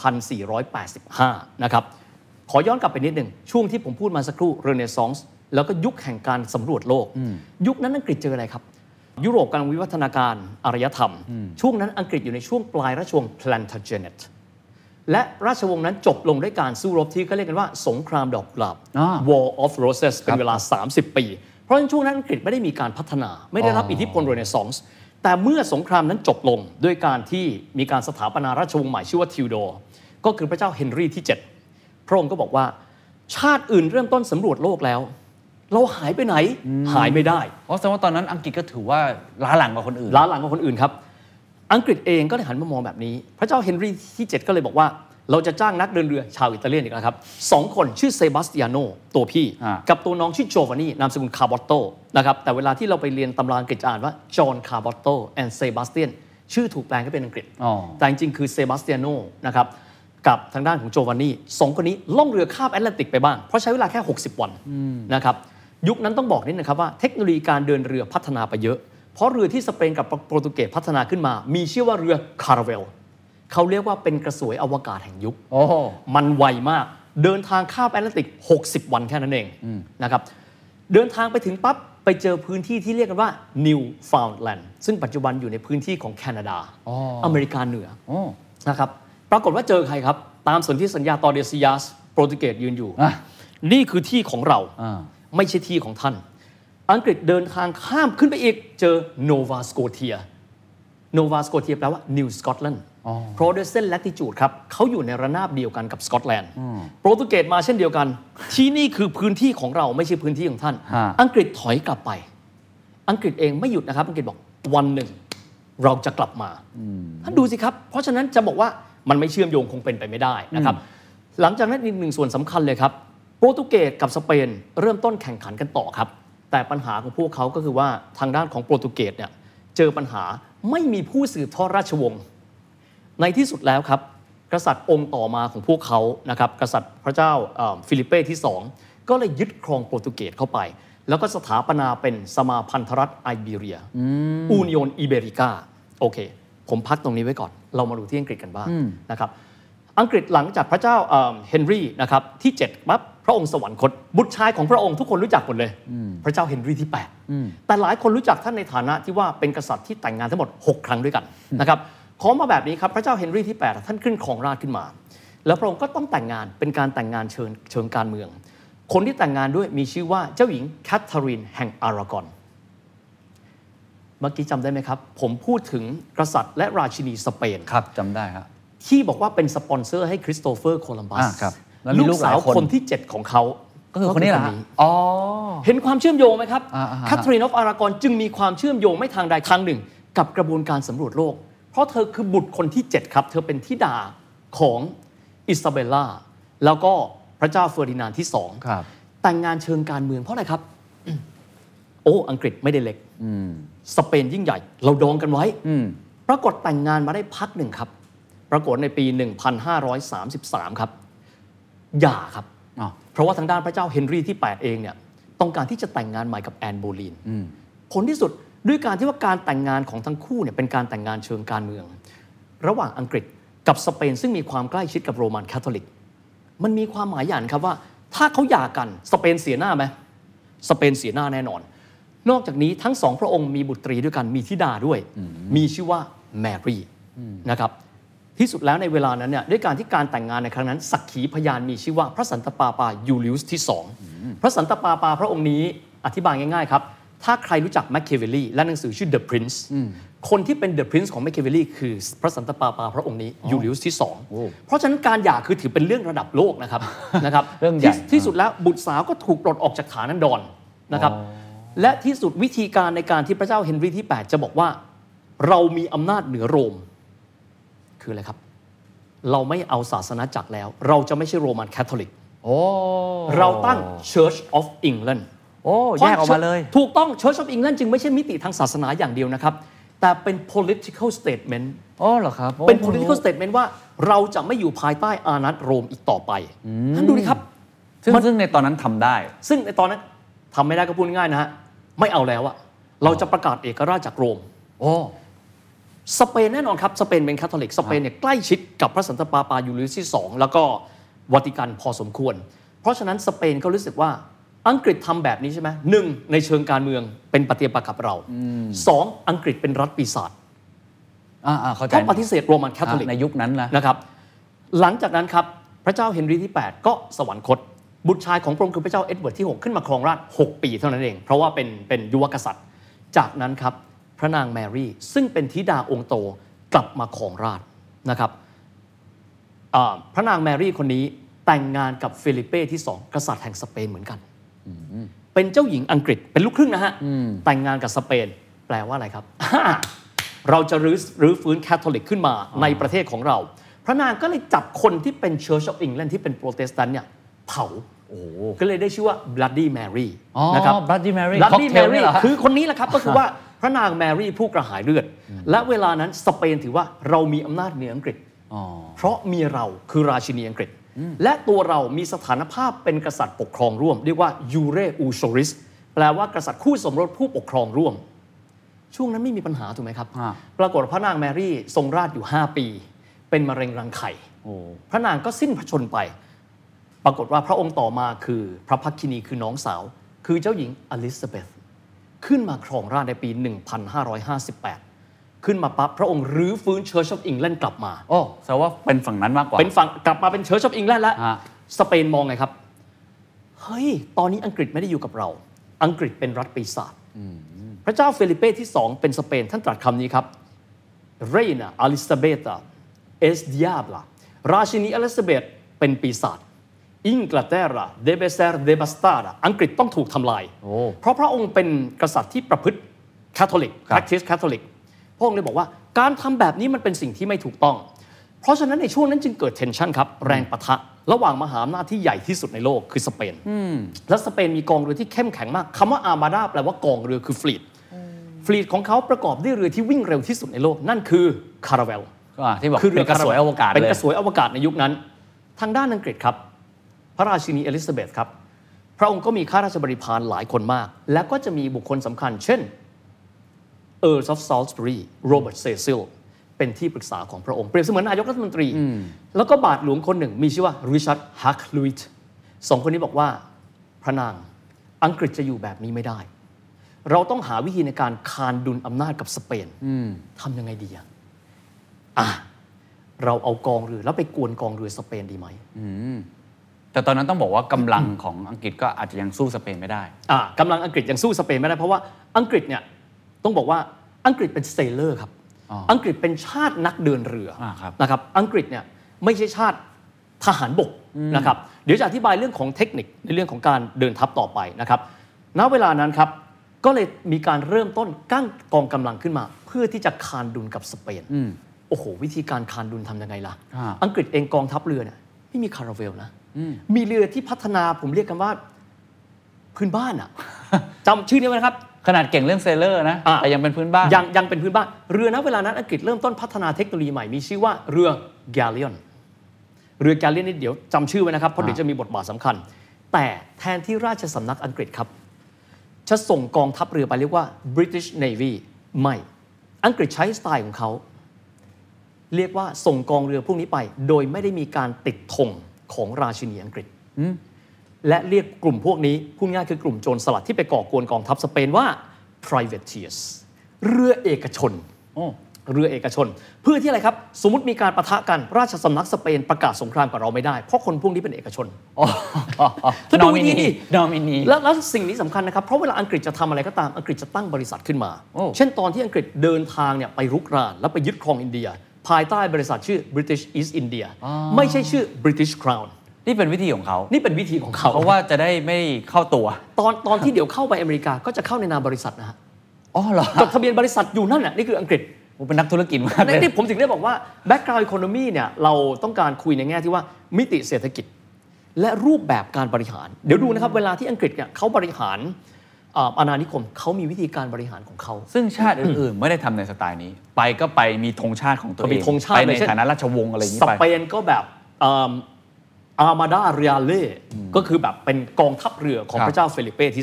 1485 นะครับขอย้อนกลับไปนิดหนึ่งช่วงที่ผมพูดมาสักครู่เรเนซองส์แล้วก็ยุคแห่งการสำรวจโลกยุคนั้นอังกฤษเจออะไรครับยุโรปกำลังวิวัฒนาการอารยธรรมช่วงนั้นอังกฤษอยู่ในช่วงปลายราชวงศ์ Plantagenet และราชวงศ์นั้นจบลงด้วยการสู้รบที่เขาเรียกกันว่าสงครามดอกกุหลาบ War of Roses เป็นเวลา30 ปีเพราะฉะนั้นช่วงนั้นอังกฤษไม่ได้มีการพัฒนาไม่ได้รับอิทธิพลเรเนซองส์แต่เมื่อสงครามนั้นจบลงด้วยการที่มีการสถาปนาราชวงศ์ใหม่ชื่อว่าทิวดอร์ก็คือพระเจ้าเฮนรี่ที่7พระองค์ก็บอกว่าชาติอื่นเริ่มต้นสำรวจโลกแล้วเราหายไปไหนหายไม่ได้เพราะแสดงว่าตอนนั้นอังกฤษก็ถือว่าล้าหลังกว่าคนอื่นครับอังกฤษเองก็ได้หันมามองแบบนี้พระเจ้าเฮนรี่ที่7ก็เลยบอกว่าเราจะจ้างนักเดินเรือชาวอิตาเลียนอีกแล้วครับ2 คนชื่อเซบาสเตียโนตัวพี่กับตัวน้องชื่อโจวานนี่นามสกุลคาร์บอตโตนะครับแต่เวลาที่เราไปเรียนตำราอังกฤษจะอ่านว่าจอห์นคาร์บอตโตแอนด์เซบาสเตียนชื่อถูกแปลงให้เป็นอังกฤษแต่จริงๆคือเซบาสเตียโนนะครับกับทางด้านของโจวานนี่2 คนนี้ล่องเรือข้ามแอตแลนติกไปบ้างเพราะใช้เวลาแค่60 วันนะครับยุคนั้นต้องบอกนิดนะครับว่าเทคโนโลยีการเดินเรือพัฒนาไปเยอะเพราะเรือที่สเปนกับโปรตุเกสพัฒนาขึ้นมามีชื่อว่าเรือคาราเวลเขาเรียกว่าเป็นกระสวยอวกาศแห่งยุคมันไวมากเดินทางข้ามแอตแลนติก60 วันแค่นั้นเองนะครับเดินทางไปถึงปั๊บไปเจอพื้นที่ที่เรียกกันว่า Newfoundland ซึ่งปัจจุบันอยู่ในพื้นที่ของแคนาดาอเมริกาเหนือนะครับปรากฏว่าเจอใครครับตามสนธิสัญญาตอร์เดซิยัสโปรตุเกสยืนอยู่นี่คือที่ของเรา ไม่ใช่ที่ของท่านอังกฤษเดินทางข้ามขึ้นไปอีกเจอโนวาสโกเทียแปลว่า New Scotland เพราะด้วยเส้น latitude ครับเขาอยู่ในระนาบเดียวกันกับสกอตแลนด์โปรตุเกสมาเช่นเดียวกันที่นี่คือพื้นที่ของเราไม่ใช่พื้นที่ของท่านอังกฤษถอยกลับไปอังกฤษเองไม่หยุดนะครับอังกฤษบอกวันหนึ่งเราจะกลับมาท่านดูสิครับเพราะฉะนั้นจะบอกว่ามันไม่เชื่อมโยงคงเป็นไปไม่ได้นะครับหลังจากนั้นอีกหนึ่งส่วนสำคัญเลยครับโปรตุเกสกับสเปนเริ่มต้นแข่งขันกันต่อครับแต่ปัญหาของพวกเขาก็คือว่าทางด้านของโปรตุเกสเนี่ยเจอปัญหาไม่มีผู้สืบทอดราชวงศ์ในที่สุดแล้วครับกษัตริย์องค์ต่อมาของพวกเขานะครับกษัตริย์พระเจ้าฟิลิเป้ที่2ก็เลยยึดครองโปรตุเกสเข้าไปแล้วก็สถาปนาเป็นสมาพันธรัฐไอเบียอูนิโอนอิเบริกาโอเคผมพักตรงนี้ไว้ก่อนเรามาดูที่อังกฤษกันบ้างนะครับอังกฤษหลังจากพระเจ้าเฮนรี่นะครับที่7ปั๊บพระองค์สวรรคตบุตรชายของพระองค์ทุกคนรู้จักหมดเลยพระเจ้าเฮนรี่ที่8แต่หลายคนรู้จักท่านในฐานะที่ว่าเป็นกษัตริย์ที่แต่งงานทั้งหมด6ครั้งด้วยกันนะครับขอมาแบบนี้ครับพระเจ้าเฮนรี่ที่8ท่านขึ้นครองราชย์ขึ้นมาแล้วพระองค์ก็ต้องแต่งงานเป็นการแต่งงานเชิงการเมืองคนที่แต่งงานด้วยมีชื่อว่าเจ้าหญิงแคทเธอรีนแห่งอารากอนเมื่อกี้จำได้ไหมครับผมพูดถึงกษัตริย์และราชินีสเปนครับจำได้ครับที่บอกว่าเป็นสปอนเซอร์ให้คริสโตเฟอร์โคลัมบัสลูกสาวคนที่7ของเขาก็คือคนนี้แหละเห็นความเชื่อมโยงไหมครับแคทเธอรีนออฟอารากอนจึงมีความเชื่อมโยงไม่ทางใดทางหนึ่งกับกระบวนการสำรวจโลกเพราะเธอคือบุตรคนที่7ครับเธอเป็นธิดาของอิซาเบลล่าแล้วก็พระเจ้าเฟอร์ดินานด์ที่2แต่งงานเชิงการเมืองเพราะอะไรครับโอ้อังกฤษไม่ได้เล็กสเปนยิ่งใหญ่เราดองกันไว้ปรากฏแต่งงานมาได้พักหนึ่งครับปรากฏในปี 1533 ครับหย่าครับเพราะว่าทางด้านพระเจ้าเฮนรี่ที่8เองเนี่ยต้องการที่จะแต่งงานใหม่กับแอนโบลีนผลที่สุดด้วยการที่ว่าการแต่งงานของทั้งคู่เนี่ยเป็นการแต่งงานเชิงการเมืองระหว่างอังกฤษกับสเปนซึ่งมีความใกล้ชิดกับโรมันคาทอลิกมันมีความหมายอย่างครับว่าถ้าเขาหย่ากันสเปนเสียหน้าไหมสเปนเสียหน้าแน่นอนนอกจากนี้ทั้งสองพระองค์มีบุตรีด้วยกันมีธิดาด้วยมีชื่อว่าแมรี่นะครับที่สุดแล้วในเวลานั้นเนี่ยด้วยการที่การแต่งงานในครั้งนั้นสักขีพยานมีชื่อว่าพระสันตะปาปายูลิอุสที่2พระสันตะปาปาพระองค์นี้อธิบายง่ายๆครับถ้าใครรู้จักแมคเคเวลลี่และหนังสือชื่อ The Prince คนที่เป็น The Prince ของแมคเคเวลลี่คือพระสันตะปาปาพระองค์นี้ยูลิอุสที่2เพราะฉะนั้นการหย่าคือถือเป็นเรื่องระดับโลกนะครับเรื่องใหญ่ที่สุดแล้วบุตรสาวก็ถูกปลดออกจากฐานันดรนะครับและที่สุดวิธีการในการที่พระเจ้าเฮนรี่ที่8จะบอกว่าเรามีอำนาจเหนือโรมคืออะไรครับเราไม่เอาศาสนาจักรแล้วเราจะไม่ใช่โรมันคาทอลิกเราตั้ง Church of England แยกออกมาเลยถูกต้อง Church of England จึงไม่ใช่มิติทางศาสนาอย่างเดียวนะครับแต่เป็น political statement เหรอครับเป็น political statement ว่าเราจะไม่อยู่ภายใต้อานัตโรมอีกต่อไปท่านดูดิครับซึ่งในตอนนั้นทำได้ซึ่งในตอนนั้นทำไม่ได้ก็พูดง่ายนะฮะไม่เอาแล้วอะเราจะประกาศเอกราชจากโรมสเปนแน่นอนครับสเปนเป็นคาทอลิกสเปนเนี่ยใกล้ชิดกับพระสันตะปาปายูลิอุสที่2แล้วก็วาติกันพอสมควรเพราะฉะนั้นสเปนก็รู้สึกว่าอังกฤษทำแบบนี้ใช่ไหม1ในเชิงการเมืองเป็นปฏิปักษ์กับเรา2อังกฤษเป็นรัฐปีศาจเขาปฏิเสธโรมันคาทอลิกในยุคนั้นนะครับหลังจากนั้นครับพระเจ้าเฮนรี่ที่8ก็สวรรคตบุตรชายของพระองค์คือพระเจ้าเอ็ดเวิร์ดที่6ขึ้นมาครองราชย์6ปีเท่านั้นเองเพราะว่าเป็นยุวกษัตริย์จากนั้นครับพระนางแมรี่ซึ่งเป็นธิดาองค์โตกลับมาครองราชย์นะครับพระนางแมรี่คนนี้แต่งงานกับฟิลิเป้ที่2กษัตริย์แห่งสเปนเหมือนกันเป็นเจ้าหญิงอังกฤษเป็นลูกครึ่งนะฮะแต่งงานกับสเปนแปลว่าอะไรครับ เราจะรื้อฟื้นคาทอลิกขึ้นมาในประเทศของเราพระนางก็เลยจับคนที่เป็น Church of England ที่เป็นโปรเตสแตนต์เนี่ยเผาก็เลยได้ชื่อว่า Bloody Mary นะครับ Bloody Mary คือคนนี้แหละครับก็คือว่าพระนางแมรี่ผู้กระหายเลือดและเวลานั้นสเปนถือว่าเรามีอำนาจเหนืออังกฤษเพราะมีเราคือราชินีอังกฤษและตัวเรามีสถานภาพเป็นกษัตริย์ปกครองร่วมเรียกว่ายูเรอูโซริสแปลว่ากษัตริย์คู่สมรสผู้ปกครองร่วมช่วงนั้นไม่มีปัญหาถูกไหมครับปรากฏพระนางแมรี่ทรงราชอยู่5ปีเป็นมะเร็งรังไข่พระนางก็สิ้นพระชนม์ไปปรากฏว่าพระองค์ต่อมาคือพระภักคินีคือน้องสาวคือเจ้าหญิงอลิซาเบธขึ้นมาครองราชย์ในปี 1558 ขึ้นมาปั๊บพระองค์รื้อฟื้น Church of England กลับมาแสดงว่าเป็นฝั่งนั้นมากกว่าเป็นฝั่งกลับมาเป็น Church of England แล้วสเปนมองไงครับเฮ้ยตอนนี้อังกฤษไม่ได้อยู่กับเราอังกฤษเป็นรัฐปีศาจพระเจ้าเฟลิเป้ที่2เป็นสเปนท่านตรัสคำนี้ครับ Reina Elisabetta es diabla ราชินีอลิซาเบธเป็นปีศาจอิงกลาเตราเดเบเซร์เดบัสตาอังกฤษต้องถูกทำลายเพราะพระองค์เป็นกษัตริย์ที่ประพฤติคาทอลิก practice คาทอลิกพระองค์เลยบอกว่าการทำแบบนี้มันเป็นสิ่งที่ไม่ถูกต้องเพราะฉะนั้นในช่วงนั้นจึงเกิด tension ครับแรงปะทะระหว่างมหาอำนาจที่ใหญ่ที่สุดในโลกคือสเปนและสเปนมีกองเรือที่เข้มแข็งมากคำว่าอาร์มาดาแปลว่ากองเรือคือฟลีตของเขาประกอบด้วยเรือที่วิ่งเร็วที่สุดในโลกนั่นคือคาราเวลที่บอกเป็นกระสวยอวกาศเป็นกระสวยอวกาศในยุคนั้นทางด้านอังกฤษครับพระราชินีเอลิซาเบธครับพระองค์ก็มีข้าราชบริพารหลายคนมากและก็จะมีบุคคลสำคัญเช่น Earl of Salisbury โรเบิร์ตเซซิลเป็นที่ปรึกษาของพระองค์เปรียบเสมือนนายกรัฐมนตรีแล้วก็บาทหลวงคนหนึ่งมีชื่อว่าริชาร์ดฮักลุยต์สองคนนี้บอกว่าพระนางอังกฤษจะอยู่แบบนี้ไม่ได้เราต้องหาวิธีในการคานดุลอำนาจกับสเปนทำยังไงดีเราเอากองเรือแล้วไปกวนกองเรือสเปนดีไหมแต่ตอนนั้นต้องบอกว่ากำลังของอังกฤษก็อาจจะยังสู้สเปนไม่ได้กำลังอังกฤษยังสู้สเปนไม่ได้เพราะว่าอังกฤษเนี่ยต้องบอกว่าอังกฤษเป็นเซเลอร์ครับอังกฤษเป็นชาตินักเดินเรือนะครับอังกฤษเนี่ยไม่ใช่ชาติทหารบกนะครับเดี๋ยวจะอธิบายเรื่องของเทคนิคในเรื่องของการเดินทัพต่อไปนะครับณเวลานั้นครับก็เลยมีการเริ่มต้นกั้นกองกำลังขึ้นมาเพื่อที่จะคานดุลกับสเปนโอ้โหวิธีการคานดุลทำยังไงล่ะอังกฤษเองกองทัพเรือเนี่ยไม่มีคาราเวลนะมีเรือที่พัฒนาผมเรียกกันว่าพื้นบ้านจำชื่อนี้ไว้นะครับขนาดเก่งเรื่องเซเลอร์นะแต่ยังเป็นพื้นบ้านยังเป็นพื้นบ้านเรือณเวลานั้นอังกฤษเริ่มต้นพัฒนาเทคโนโลยีใหม่มีชื่อว่าเรือแกลเลอนนี่เดี๋ยวจำชื่อไว้นะครับเพราะเดี๋ยวจะมีบทบาทสำคัญแต่แทนที่ราชสำนักอังกฤษครับจะส่งกองทัพเรือไปเรียกว่า British Navy ไม่อังกฤษใช้สไตล์ของเขาเรียกว่าส่งกองเรือพวกนี้ไปโดยไม่ได้มีการติดธงของราชินีอังกฤษและเรียกกลุ่มพวกนี้พูดง่ายคือกลุ่มโจรสลัดที่ไปก่อกวนกองทัพสเปนว่า privateers เรือเอกชนเรือเอกชนเพื่อที่อะไรครับสมมุติมีการปะทะกันราชสำนักสเปนประกาศสงครามกับเราไม่ได้เพราะคนพวกนี้เป็นเอกชนนอมินีแล้วสิ่งนี้สำคัญนะครับเพราะเวลาอังกฤษจะทำอะไรก็ตามอังกฤษจะตั้งบริษัทขึ้นมาเช่นตอนที่อังกฤษเดินทางเนี่ยไปรุกรานแล้วไปยึดครองอินเดียภายใต้บริษัทชื่อ British East India ไม่ใช่ชื่อ British Crown นี่เป็นวิธีของเขานี่เป็นวิธีของเขาเพราะว่าจะได้ไม่เข้าตัวตอนที่เดี๋ยวเข้าไปอเมริกาก็จะเข้าในนามบริษัทนะฮะเหรอจดทะเบียนบริษัทอยู่นั่นน่ะนี่คืออังกฤษเป็นนักธุรกิจมากเลยนี่ผมถึงได้บอกว่า background economy เนี่ยเราต้องการคุยในแง่ที่ว่ามิติเศรษฐกิจและรูปแบบการบริหารเดี๋ยวดูนะครับเวลาที่อังกฤษเนี่ยเขาบริหารอาณานิคมเขามีวิธีการบริหารของเขาซึ่งชาติอื่นๆไม่ได้ทำในสไตล์นี้ไปก็ไปมีธงชาติของตัวเองไปในฐานะราชวงศ์อะไรอย่างนี้ไปสเปนก็แบบอาร์มาดาเรียเล่ก็คือแบบเป็นกองทัพเรือของพระเจ้าเฟลิเป้ที่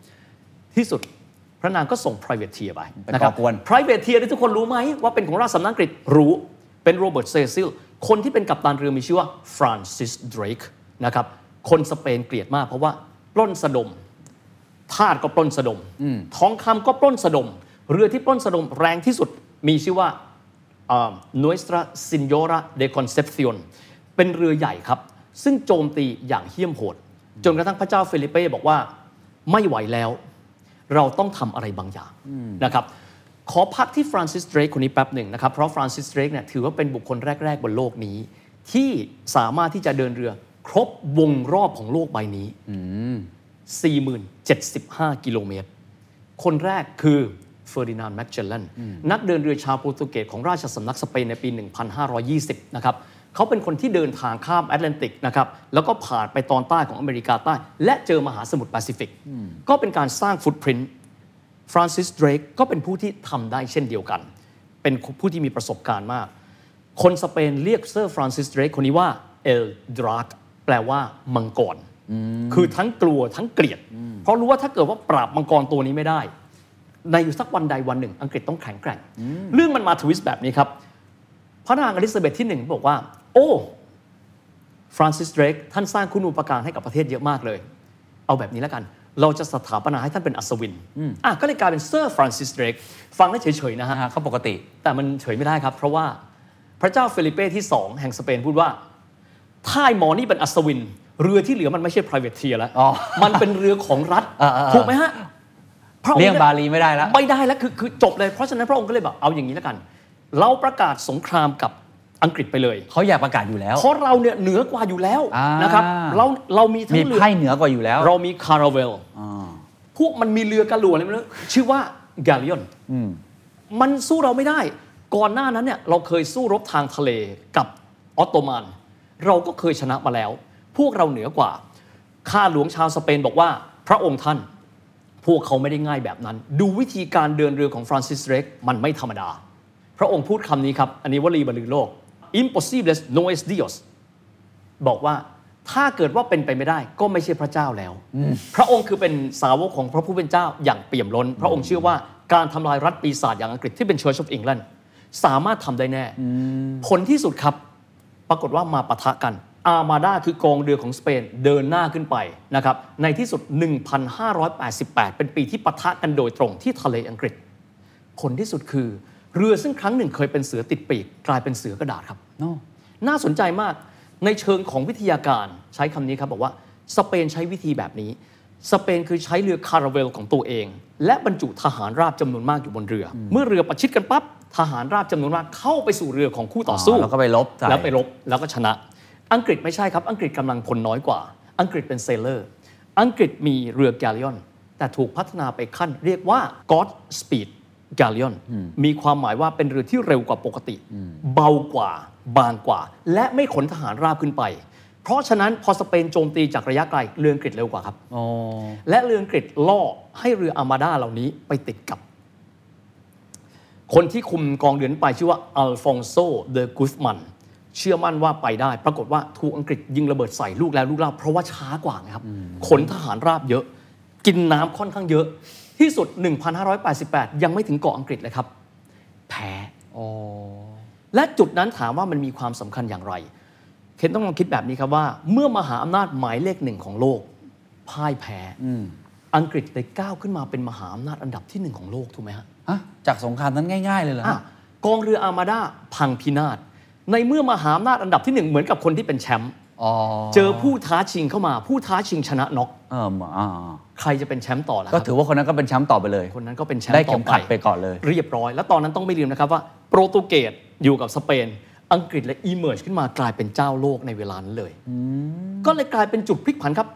2ที่สุดพระนางก็ส่ง privateer ไปนะครับ privateer ที่ทุกคนรู้ไหมว่าเป็นของราชสำนักอังกฤษรู้เป็นโรเบิร์ตเซซิลคนที่เป็นกัปตันเรือมีชื่อว่าฟรานซิสเดรกนะครับคนสเปนเกลียดมากเพราะว่าปล้นสะดมทาสก็ปล้นสะดมทองคำก็ปล้นสะดมเรือที่ปล้นสะดมแรงที่สุดมีชื่อว่าNuestra Señora de Concepción เป็นเรือใหญ่ครับซึ่งโจมตีอย่างเหี้ยมโหดจนกระทั่งพระเจ้าเฟลิเป้บอกว่าไม่ไหวแล้วเราต้องทำอะไรบางอย่างนะครับขอพักที่ฟรานซิสเดรกคนนี้แป๊บหนึ่งนะครับเพราะฟรานซิสเดรกเนี่ยถือว่าเป็นบุคคลแรกๆบนโลกนี้ที่สามารถที่จะเดินเรือครบวงรอบของโลกใบนี้40,075 กิโลเมตรคนแรกคือเฟอร์ดินานด์ แมกเจลลันนักเดินเรือชาวโปรตุเกสของราชสำนักสเปนในปี 1520 นะครับเขาเป็นคนที่เดินทางข้ามแอตแลนติกนะครับแล้วก็ผ่านไปตอนใต้ของอเมริกาใต้และเจอมหาสมุทรแปซิฟิกก็เป็นการสร้างฟุตพริ้นท์ฟรานซิสเดรกก็เป็นผู้ที่ทำได้เช่นเดียวกันเป็นผู้ที่มีประสบการณ์มากคนสเปนเรียกเซอร์ฟรานซิสเดรกคนนี้ว่าเอลดรากแปลว่ามังกรคือทั้งกลัวทั้งเกลียดเพราะรู้ว่าถ้าเกิดว่าปราบมังกรตัวนี้ไม่ได้ในอยู่สักวันใดวันหนึ่งอังกฤษต้องแข็งแกร่งเรื่องมันมาทวิสต์แบบนี้ครับพระนางอลิซาเบธที่1บอกว่าโอ้ฟรานซิสเดรกท่านสร้างคุณูปการให้กับประเทศเยอะมากเลยเอาแบบนี้แล้วกันเราจะสถาปนาให้ท่านเป็นอัศวินก็เลยกลายเป็นเซอร์ฟรานซิสเดรกฟังได้เฉยๆนะฮะเขาปกติแต่มันเฉยไม่ได้ครับเพราะว่าพระเจ้าเฟลิเป้ที่2แห่งสเปนพูดว่าถ้าหมอนี่เป็นอัศวินเรือที่เหลือมันไม่ใช่ privateer แล้วมันเป็นเรือของรัฐถูกไหมฮะเลี่ยงบาลีไม่ได้แล้วไม่ได้แล้วคือจบเลยเพราะฉะนั้นพระองค์ก็เลยแบบเอาอย่างนี้แล้วกันเราประกาศสงครามกับอังกฤษไปเลยเขาอยากประกาศอยู่แล้วเพราะเราเนี่ยเหนือกว่าอยู่แล้วนะครับเรามีทั้งเรือมีไพ่เหนือกว่าอยู่แล้วเรามีคาราเวลพวกมันมีเรือกระหลวอะไรไม่รู้ชื่อว่าแกลลิออนมันสู้เราไม่ได้ก่อนหน้านั้นเนี่ยเราเคยสู้รบทางทะเลกับออตโตมันเราก็เคยชนะมาแล้วพวกเราเหนือกว่าข้าหลวงชาวสเปนบอกว่าพระองค์ท่านพวกเขาไม่ได้ง่ายแบบนั้นดูวิธีการเดินเรือของฟรานซิสเดรกมันไม่ธรรมดาพระองค์พูดคำนี้ครับอันนี้วลีบรรลือโลก imposibles no es Dios บอกว่าถ้าเกิดว่าเป็นไปไม่ได้ก็ไม่ใช่พระเจ้าแล้วพระองค์คือเป็นสาวกของพระผู้เป็นเจ้าอย่างเปี่ยมล้นพระองค์เชื่อว่าการทำลายรัฐปีศาจอย่างอังกฤษที่เป็น Church of England สามารถทำได้แน่ผลที่สุดครับปรากฏว่ามาปะทะกันอาร์มาดาคือกองเรือของสเปนเดินหน้าขึ้นไปนะครับในที่สุด 1588 เป็นปีที่ปะทะกันโดยตรงที่ทะเลอังกฤษผลที่สุดคือเรือซึ่งครั้งหนึ่งเคยเป็นเสือติดปีกกลายเป็นเสือกระดาษครับ น่าสนใจมากในเชิงของวิทยาการใช้คำนี้ครับบอกว่าสเปนใช้วิธีแบบนี้สเปนคือใช้เรือคาราเวลของตัวเองและบรรจุทหารราบจำนวนมากอยู่บนเรือเมื่อเรือประชิดกันปั๊บทหารราบจำนวนมากเข้าไปสู่เรือของคู่ต่อสู้แล้วก็ไปรบแล้วก็ชนะอังกฤษไม่ใช่ครับอังกฤษกำลังพลน้อยกว่าอังกฤษเป็นเซเลอร์อังกฤษมีเรือแกลลิออนแต่ถูกพัฒนาไปขั้นเรียกว่า God Speed Galleon มีความหมายว่าเป็นเรือที่เร็วกว่าปกติเบากว่าบางกว่าและไม่ขนทหารราบขึ้นไปเพราะฉะนั้นพอสเปนโจมตีจากระยะไกลเรืออังกฤษเร็วกว่าครับและเรืออังกฤษล่อให้เรืออาร์มาดาเหล่านี้ไปติดกับคนที่คุมกองเรือไปชื่อว่าอัลฟองโซเดอกุสมันเชื่อมั่นว่าไปได้ปรากฏว่าถูกอังกฤษยิงระเบิดใส่ลูกแล้วลูกเล่าเพราะว่าช้ากว่าไงครับขนทหารราบเยอะกินน้ำค่อนข้างเยอะที่สุด 1588 ยังไม่ถึงเกาะอังกฤษเลยครับแพ้และจุดนั้นถามว่ามันมีความสำคัญอย่างไรเคนต้องลองคิดแบบนี้ครับว่าเมื่อมหาอำนาจหมายเลขหนึ่งของโลกพ่ายแพ้อังกฤษได้ก้าวขึ้นมาเป็นมหาอำนาจอันดับที่หนึ่งของโลกถูกไหมฮะจากสงครามนั้นง่ายๆเลยเหรอกองเรืออาร์มาดาพังพินาศในเมื่อมหาอำนาจอันดับที่หนึ่งเหมือนกับคนที่เป็นแชมป์เจอผู้ท้าชิงเข้ามาผู้ท้าชิงชนะน็อกใครจะเป็นแชมป์ต่อล่ะก็ถือว่าคนนั้นก็เป็นแชมป์ต่อไปเลยคนนั้นก็เป็นแชมป์ได้เข็มขัดไปก่อนเลยเรียบร้อยแล้วตอนนั้นต้องไม่ลืมนะครับว่าโปรตุเกสอยู่กับสเปนอังกฤษและอีเมิร์จขึ้นมากลายเป็นเจ้าโลกในเวลานั้นเลยก็เลยกลายเป็นจุดพลิกผันครับ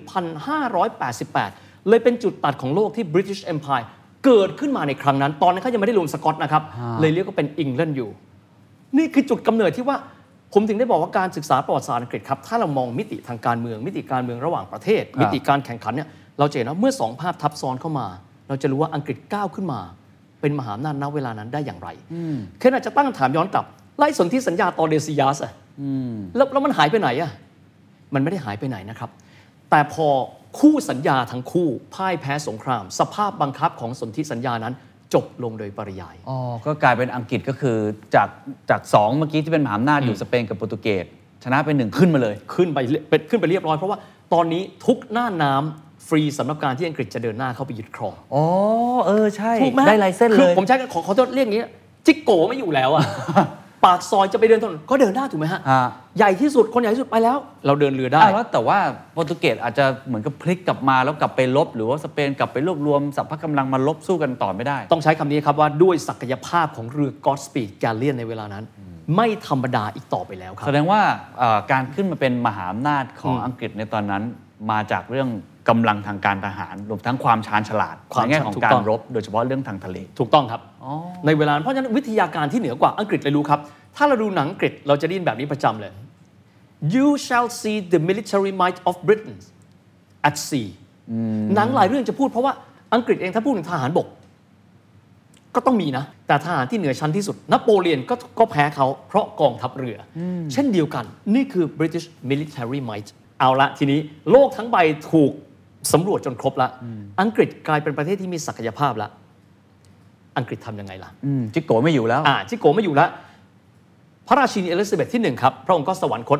1588 เลยเป็นจุดตัดของโลกที่ British Empire เกิดขึ้นมาในครั้งนั้นตอนนั้นเขายังไม่ได้รวมสกอตนะครับเลยเรียกว่าเป็นอังกฤษอยู่นี่คือจุดกำเนิดที่ว่าผมถึงได้บอกว่าการศึกษาประวัติศาสตร์อังกฤษครับถ้าเรามองมิติทางการเมืองมิติการเมืองระหว่างประเทศมิติการแข่งขันเนี่ยเราจะเห็นว่าเมื่อ2ภาพทับซ้อนเข้ามาเราจะรู้ว่าอังกฤษก้าวขึ้นมาเป็นมหาอำนาจณเวลานั้นได้อย่างไรแค่นั้นจะตั้งคำถามย้อนกลับไล่สนธิสัญญาตอร์เดซิยัสแล้วมันหายไปไหนอ่ะมันไม่ได้หายไปไหนนะครับแต่พอคู่สัญญาทั้งคู่พ่ายแพ้สงครามสภาพบังคับของสนธิสัญญานั้นจบลงโดยปริยายก็กลายเป็นอังกฤษก็คือจาก2เมื่อกี้ที่เป็นมหาอำนาจอยู่สเปนกับโปรตุเกสชนะเป็น1ขึ้นมาเลยขึ้นไปเรียบร้อยเพราะว่าตอนนี้ทุกหน้าน้ำฟรีสำหรับการที่อังกฤษจะเดินหน้าเข้าไปยึดครองใช่ได้ไลเซนส์เลยผมใช้ขอโทษเรียกอย่างนี้จิกโกไม่อยู่แล้วอะปากซอยจะไปเดินถนนก็เดินได้ถูกไหมฮะใหญ่ที่สุดคนใหญ่ที่สุดไปแล้วเราเดินเรือได้แต่ว่าโปรตุเกสอาจจะเหมือนกับพลิกกลับมาแล้วกลับไปลบหรือว่าสเปนกลับไปรวบรวมสรรพกำลังมาลบสู้กันต่อไม่ได้ต้องใช้คำนี้ครับว่าด้วยศักยภาพของเรือ Godspeed Galleon ในเวลานั้นไม่ธรรมดาอีกต่อไปแล้วครับแสดงว่าการขึ้นมาเป็นมหาอำนาจของอังกฤษในตอนนั้นมาจากเรื่องกำลังทางการทหารรวมทั้งความชาญฉลาดในแง่ของการรบโดยเฉพาะเรื่องทางทะเลถูกต้องครับในเวลาเพราะฉะนั้นวิทยาการที่เหนือกว่าอังกฤษเลยรู้ครับถ้าเราดูหนังอังกฤษเราจะได้ยินแบบนี้ประจำเลย You shall see the military might of Britain at sea หนังหลายเรื่องจะพูดเพราะว่าอังกฤษเองถ้าพูดถึงทหารบกก็ต้องมีนะแต่ทหารที่เหนือชั้นที่สุดนโปเลียนก็แพ้เขาเพราะกองทัพเรือเช่นเดียวกันนี่คือ British military might เอาละทีนี้โลกทั้งใบถูกสำรวจจนครบละอังกฤษกลายเป็นประเทศที่มีศักยภาพละอังกฤษทำยังไงล่ะจิโก้ไม่อยู่แล้วจิโก้ไม่อยู่แล้วพระราชินีเอลิซาเบธที่1ครับพระองค์ก็สวรรคต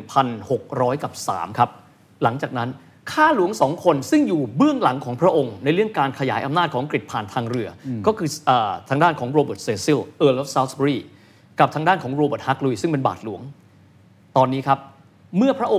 1,603 ครับหลังจากนั้นข้าหลวง2คนซึ่งอยู่เบื้องหลังของพระองค์ในเรื่องการขยายอำนาจของอังกฤษผ่านทางเรือก็คือทางด้านของโรเบิร์ตเซซิลเอิร์ลอฟซาวส์บรีกับทางด้านของโรเบิร์ตฮักลุยซึ่งเป็นบาทหลวงตอนนี้ครับเมื่อพระองค์เนี่ย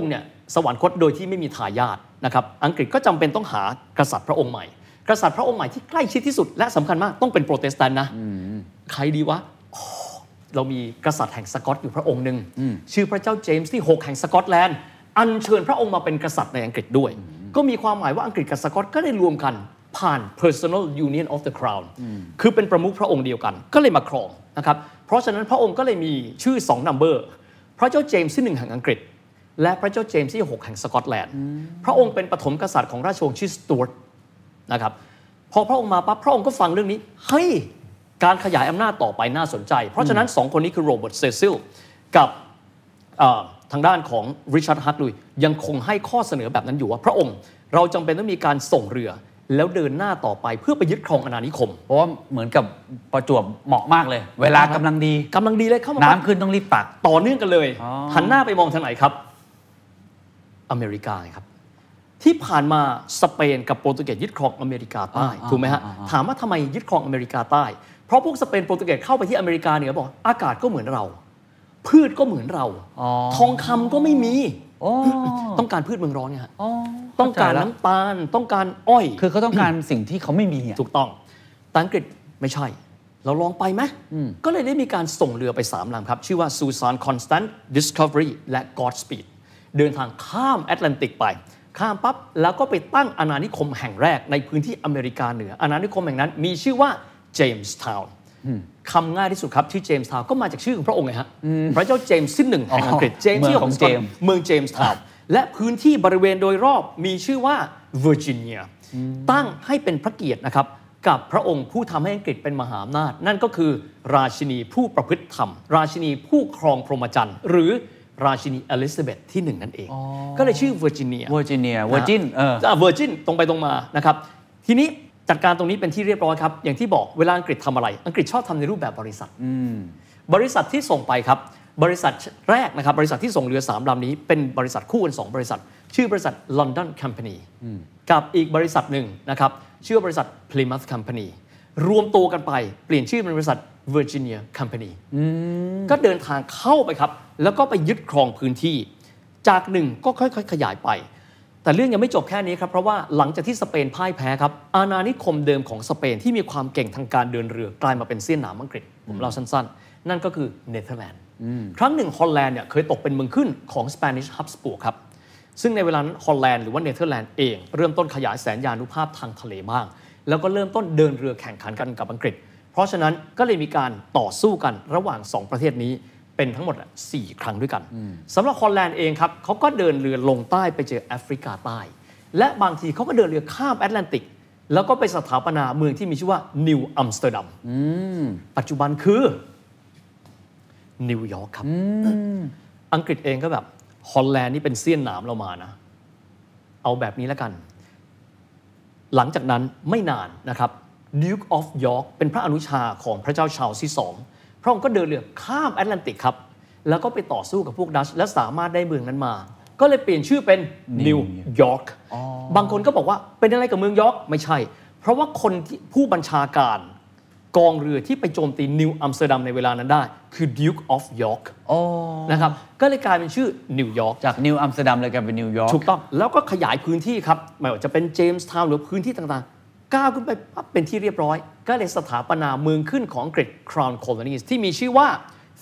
สวรรคตโดยที่ไม่มีทายาทนะครับอังกฤษก็จำเป็นต้องหากษัตริย์พระองค์ใหม่กษัตริย์พระองค์ใหม่ที่ใกล้ชิดที่สุดและสำคัญมากต้องเป็นโปรเตสแตนต์นะใครดีวะเรามีกษัตริย์แห่งสกอตอยู่พระองค์หนึ่งชื่อพระเจ้าเจมส์ที่6แห่งสกอตแลนด์อัญเชิญพระองค์มาเป็นกษัตริย์ในอังกฤษด้วยก็มีความหมายว่าอังกฤษกับสกอตก็ได้รวมกันผ่าน personal union of the crown คือเป็นประมุขพระองค์เดียวกันก็เลยมาครองนะครับเพราะฉะนั้นพระองค์ก็เลยมีชื่อ2 number พระเจ้าเจมส์ที่1แห่งอังกฤษและพระเจ้าเจมส์ที่6แห่งสกอตแลนด์พระองค์เป็นปฐมกษัตริย์ของราชวงศ์ชื่อสตูอาร์ตนะครับพอพระองค์มาปั๊บพระองค์ก็ฟังเรื่องนี้เฮ้ยการขยายอำนาจต่อไปน่าสนใจเพราะฉะนั้น2คนนี้คือโรเบิร์ตเซซิลกับทางด้านของริชาร์ดฮัตลุยยังคงให้ข้อเสนอแบบนั้นอยู่ว่าพระองค์เราจำเป็นต้องมีการส่งเรือแล้วเดินหน้าต่อไปเพื่อไปยึดครองอาณานิคมเพราะว่าเหมือนกับประจวบเหมาะมากเลยเวลากำลังดีเลยเข้ามาน้ำขึ้นต้องรีบตักต่อเนื่องกันเลยหันหน้าไปมองทางไหนครับอเมริกาครับที่ผ่านมาสเปนกับโปรตุเกสยึดครองอเมริกาใต้ถูกไหมฮะถามว่าทำไมยึดครองอเมริกาใต้เพราะพวกสเปนโปรตุเกสเข้าไปที่อเมริกาเหนือบอกอากาศก็เหมือนเราพืชก็เหมือนเราทองคำก็ไม่มีต้องการพืชเมืองร้อนไงฮะต้องการน้ำตาลต้องการอ้อยคือเขาต้องการสิ่งที่เขาไม่มีถูกต้องแต่อังกฤษไม่ใช่เราลองไปไหมก็เลยได้มีการส่งเรือไป3 ลำครับชื่อว่า Susan Constant Discovery และ Godspeed เดินทางข้ามแอตแลนติกไปข้ามปั๊บแล้วก็ไปตั้งอาณานิคมแห่งแรกในพื้นที่อเมริกาเหนืออาณานิคมแห่งนั้นมีชื่อว่าเจมส์ทาวน์คำง่ายที่สุดครับชื่อเจมส์ทาวน์ก็มาจากชื่อของพระองค์ไงฮะพระเจ้าเจมส์ที่1แห่งอังกฤษเจมส์ที่6ของเมืองเจมส์ทาวน์และพื้นที่บริเวณโดยรอบมีชื่อว่าเวอร์จิเนียตั้งให้เป็นพระเกียรตินะครับกับพระองค์ผู้ทำให้อังกฤษเป็นมหาอำนาจนั่นก็คือราชินีผู้ประพฤติธรรมราชินีผู้ครองพรหมจรรย์หรือราชินีอลิซาเบธที่1นั่นเองก็เลยชื่อเวอร์จิเนียเวอร์จินเวอร์จินตรงไปตรงมานะครับทีนี้จัดการตรงนี้เป็นที่เรียบร้อยครับอย่างที่บอกเวลาอังกฤษทำอะไรอังกฤษชอบทำในรูปแบบบริษัทบริษัทที่ส่งไปครับบริษัทแรกนะครับบริษัทที่ส่งเรือ3 ลำนี้เป็นบริษัทคู่กัน2 บริษัทชื่อบริษัท London Company กับอีกบริษัทหนึ่งนะครับชื่อบริษัท Plymouth Company รวมตัวกันไปเปลี่ยนชื่อเป็นบริษัท Virginia Company ก็เดินทางเข้าไปครับแล้วก็ไปยึดครองพื้นที่จาก1ก็ค่อยๆขยายไปแต่เรื่องยังไม่จบแค่นี้ครับเพราะว่าหลังจากที่สเปนพ่ายแพ้ครับอาณานิคมเดิมของสเปนที่มีความเก่งทางการเดินเรือกลายมาเป็นเสี้ยนหนามอังกฤษผมเล่าสั้นๆนั่นก็คือเนเธอร์แลนด์ครั้งหนึ่งฮอลแลนด์เนี่ยเคยตกเป็นเมืองขึ้นของ Spanish Habsburg ครับซึ่งในเวลานั้นฮอลแลนด์หรือว่าเนเธอร์แลนด์เองเริ่มต้นขยายแสนยานุภาพทางทะเลบ้างแล้วก็เริ่มต้นเดินเรือแข่งขันกันกับอังกฤษเพราะฉะนั้นก็เลยมีการต่อสู้กันระหว่าง2 ประเทศนี้เป็นทั้งหมด4 ครั้งด้วยกันสำหรับฮอลแลนด์เองครับเขาก็เดินเรือลงใต้ไปเจอแอฟริกาใต้และบางทีเขาก็เดินเรือข้ามแอตแลนติกแล้วก็ไปสถาปนาเมืองที่มีชื่อว่านิวอัมสเตอร์ดัมปัจจุบันคือนิวยอร์กครับอังกฤษเองก็แบบฮอลแลนด์นี่เป็นเสี้ยนหนามเรามานะเอาแบบนี้แล้วกันหลังจากนั้นไม่นานนะครับ Duke of York เป็นพระอนุชาของพระเจ้าชาร์ลส์ที่2พระองค์ก็เดินเรือข้ามแอตแลนติกครับแล้วก็ไปต่อสู้กับพวกดัชและสามารถได้เมืองนั้นมาก็เลยเปลี่ยนชื่อเป็นนิวยอร์กบางคนก็บอกว่าเป็นอะไรกับเมืองยอร์กไม่ใช่เพราะว่าคนที่ผู้บัญชาการกองเรือที่ไปโจมตีนิวอัมสเตอร์ดัมในเวลานั้นได้คือ Duke of York นะครับก็เลยกลายเป็นชื่อนิวยอร์กจากนิวอัมสเตอร์ดัมเลยกลายเป็นนิวยอร์กถูกต้องแล้วก็ขยายพื้นที่ครับไม่ว่าจะเป็นเจมส์ทาวน์หรือพื้นที่ต่างๆก้าวขึ้นไปปั๊บเป็นที่เรียบร้อยก็เลยสถาปนาเมืองขึ้นของอังกฤษ Crown Colonies ที่มีชื่อว่า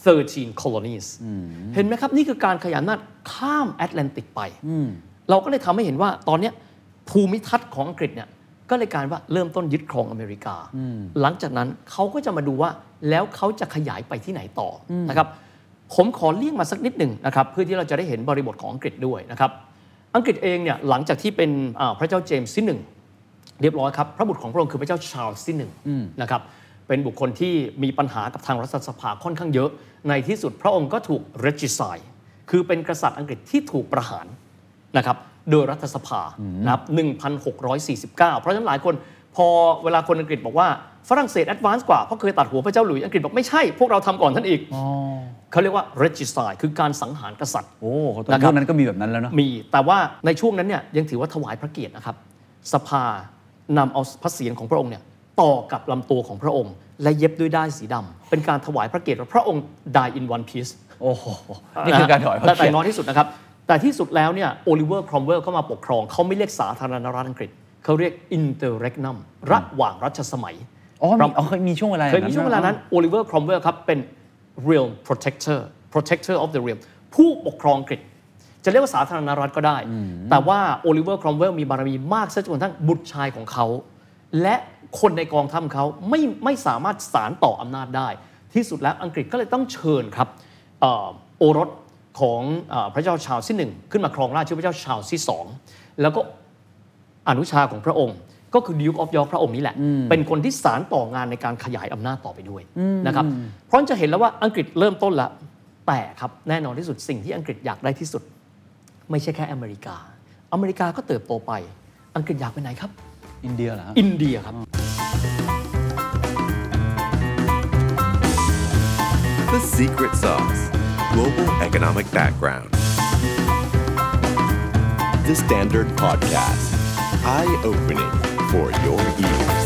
13 colonies เห็นไหมครับนี่คือการขยายอำนาจข้ามแอตแลนติกไปเราก็เลยทำให้เห็นว่าตอนนี้ภูมิทัศน์ของอังกฤษเนี่ยก็เลยกลายว่าเริ่มต้นยึดครองอเมริกาหลังจากนั้นเขาก็จะมาดูว่าแล้วเขาจะขยายไปที่ไหนต่อนะครับผมขอเลี่ยงมาสักนิดหนึ่งนะครับเพื่อที่เราจะได้เห็นบริบทของอังกฤษด้วยนะครับอังกฤษเองเนี่ยหลังจากที่เป็นพระเจ้าเจมส์ที่1เรียบร้อยครับพระบุตรของพระองค์คือพระเจ้าชาร์ลส์ที่1นะครับเป็นบุคคลที่มีปัญหากับทางรัฐสภาค่อนข้างเยอะในที่สุดพระองค์ก็ถูก regicide คือเป็นกษัตริย์อังกฤษที่ถูกประหารนะครับโดยรัฐสภานะครับ 1649 เพราะฉะนั้นหลายคนพอเวลาคนอังกฤษบอกว่าฝรั่งเศสแอดวานซ์กว่าเพราะเคยตัดหัวพระเจ้าหลุยส์อังกฤษบอกไม่ใช่พวกเราทำก่อนท่านอีกเขาเรียกว่า regicide คือการสังหารกษัตริย์ตอนนั้นก็มีแบบนั้นแล้วเนาะมีแต่ว่าในช่วงนั้นเนี่ยยังถือว่าถวายพระเกียรตินะครับสภานำเอาพระเศียรของพระองค์เนี่ยต่อกับลำตัวของพระองค์และเย็บด้วยด้ายสีดำเป็นการถวายพระเกียรติว่าพระองค์ die in one piece โอ้โหนี่คือการถวายพระเกียรติแต่น้อยที่สุดนะครับแแต่ที่สุดแล้วเนี่ยโอลิเวอร์ครอมเวลเข้ามาปกครองเขาไม่เรียกสาธารณรัฐอังกฤษเขาเรียก Interregnum ระหว่างรัชสมัยเคยมีช่วงเวลาเคยมีช่วงเวลานั้นโอลิเวอร์ครอมเวลครับเป็น realm protector of the realm ผู้ปกครองอังกฤษจะเรียกว่าสาธารณรัฐก็ได้แต่ว่าโอลิเวอร์ครอมเวลมีบารมีมากซะจนกระทั่งบุตรชายของเขาและคนในกองทัพเขาไม่สามารถสานต่ออำนาจได้ที่สุดแล้วอังกฤษก็เลยต้องเชิญครับโอรสของพระเจ้าชาร์ลส์ที่1ขึ้นมาครองราชย์ชื่อพระเจ้าชาร์ลส์ที่2แล้วก็อนุชาของพระองค์ก็คือ Duke of York พระองค์นี้แหละเป็นคนที่สานต่องานในการขยายอำนาจต่อไปด้วยนะครับเพราะจะเห็นแล้วว่าอังกฤษเริ่มต้นแล้วแต่ครับแน่นอนที่สุดสิ่งที่อังกฤษอยากได้ที่สุดไม่ใช่แค่อเมริกาก็เติบโตไปอังกฤษอยากไปไหนครับอินเดียเหรออินเดียครับ The Secret Sauce Global Economic Background The Standard Podcast Eye-opening for your ears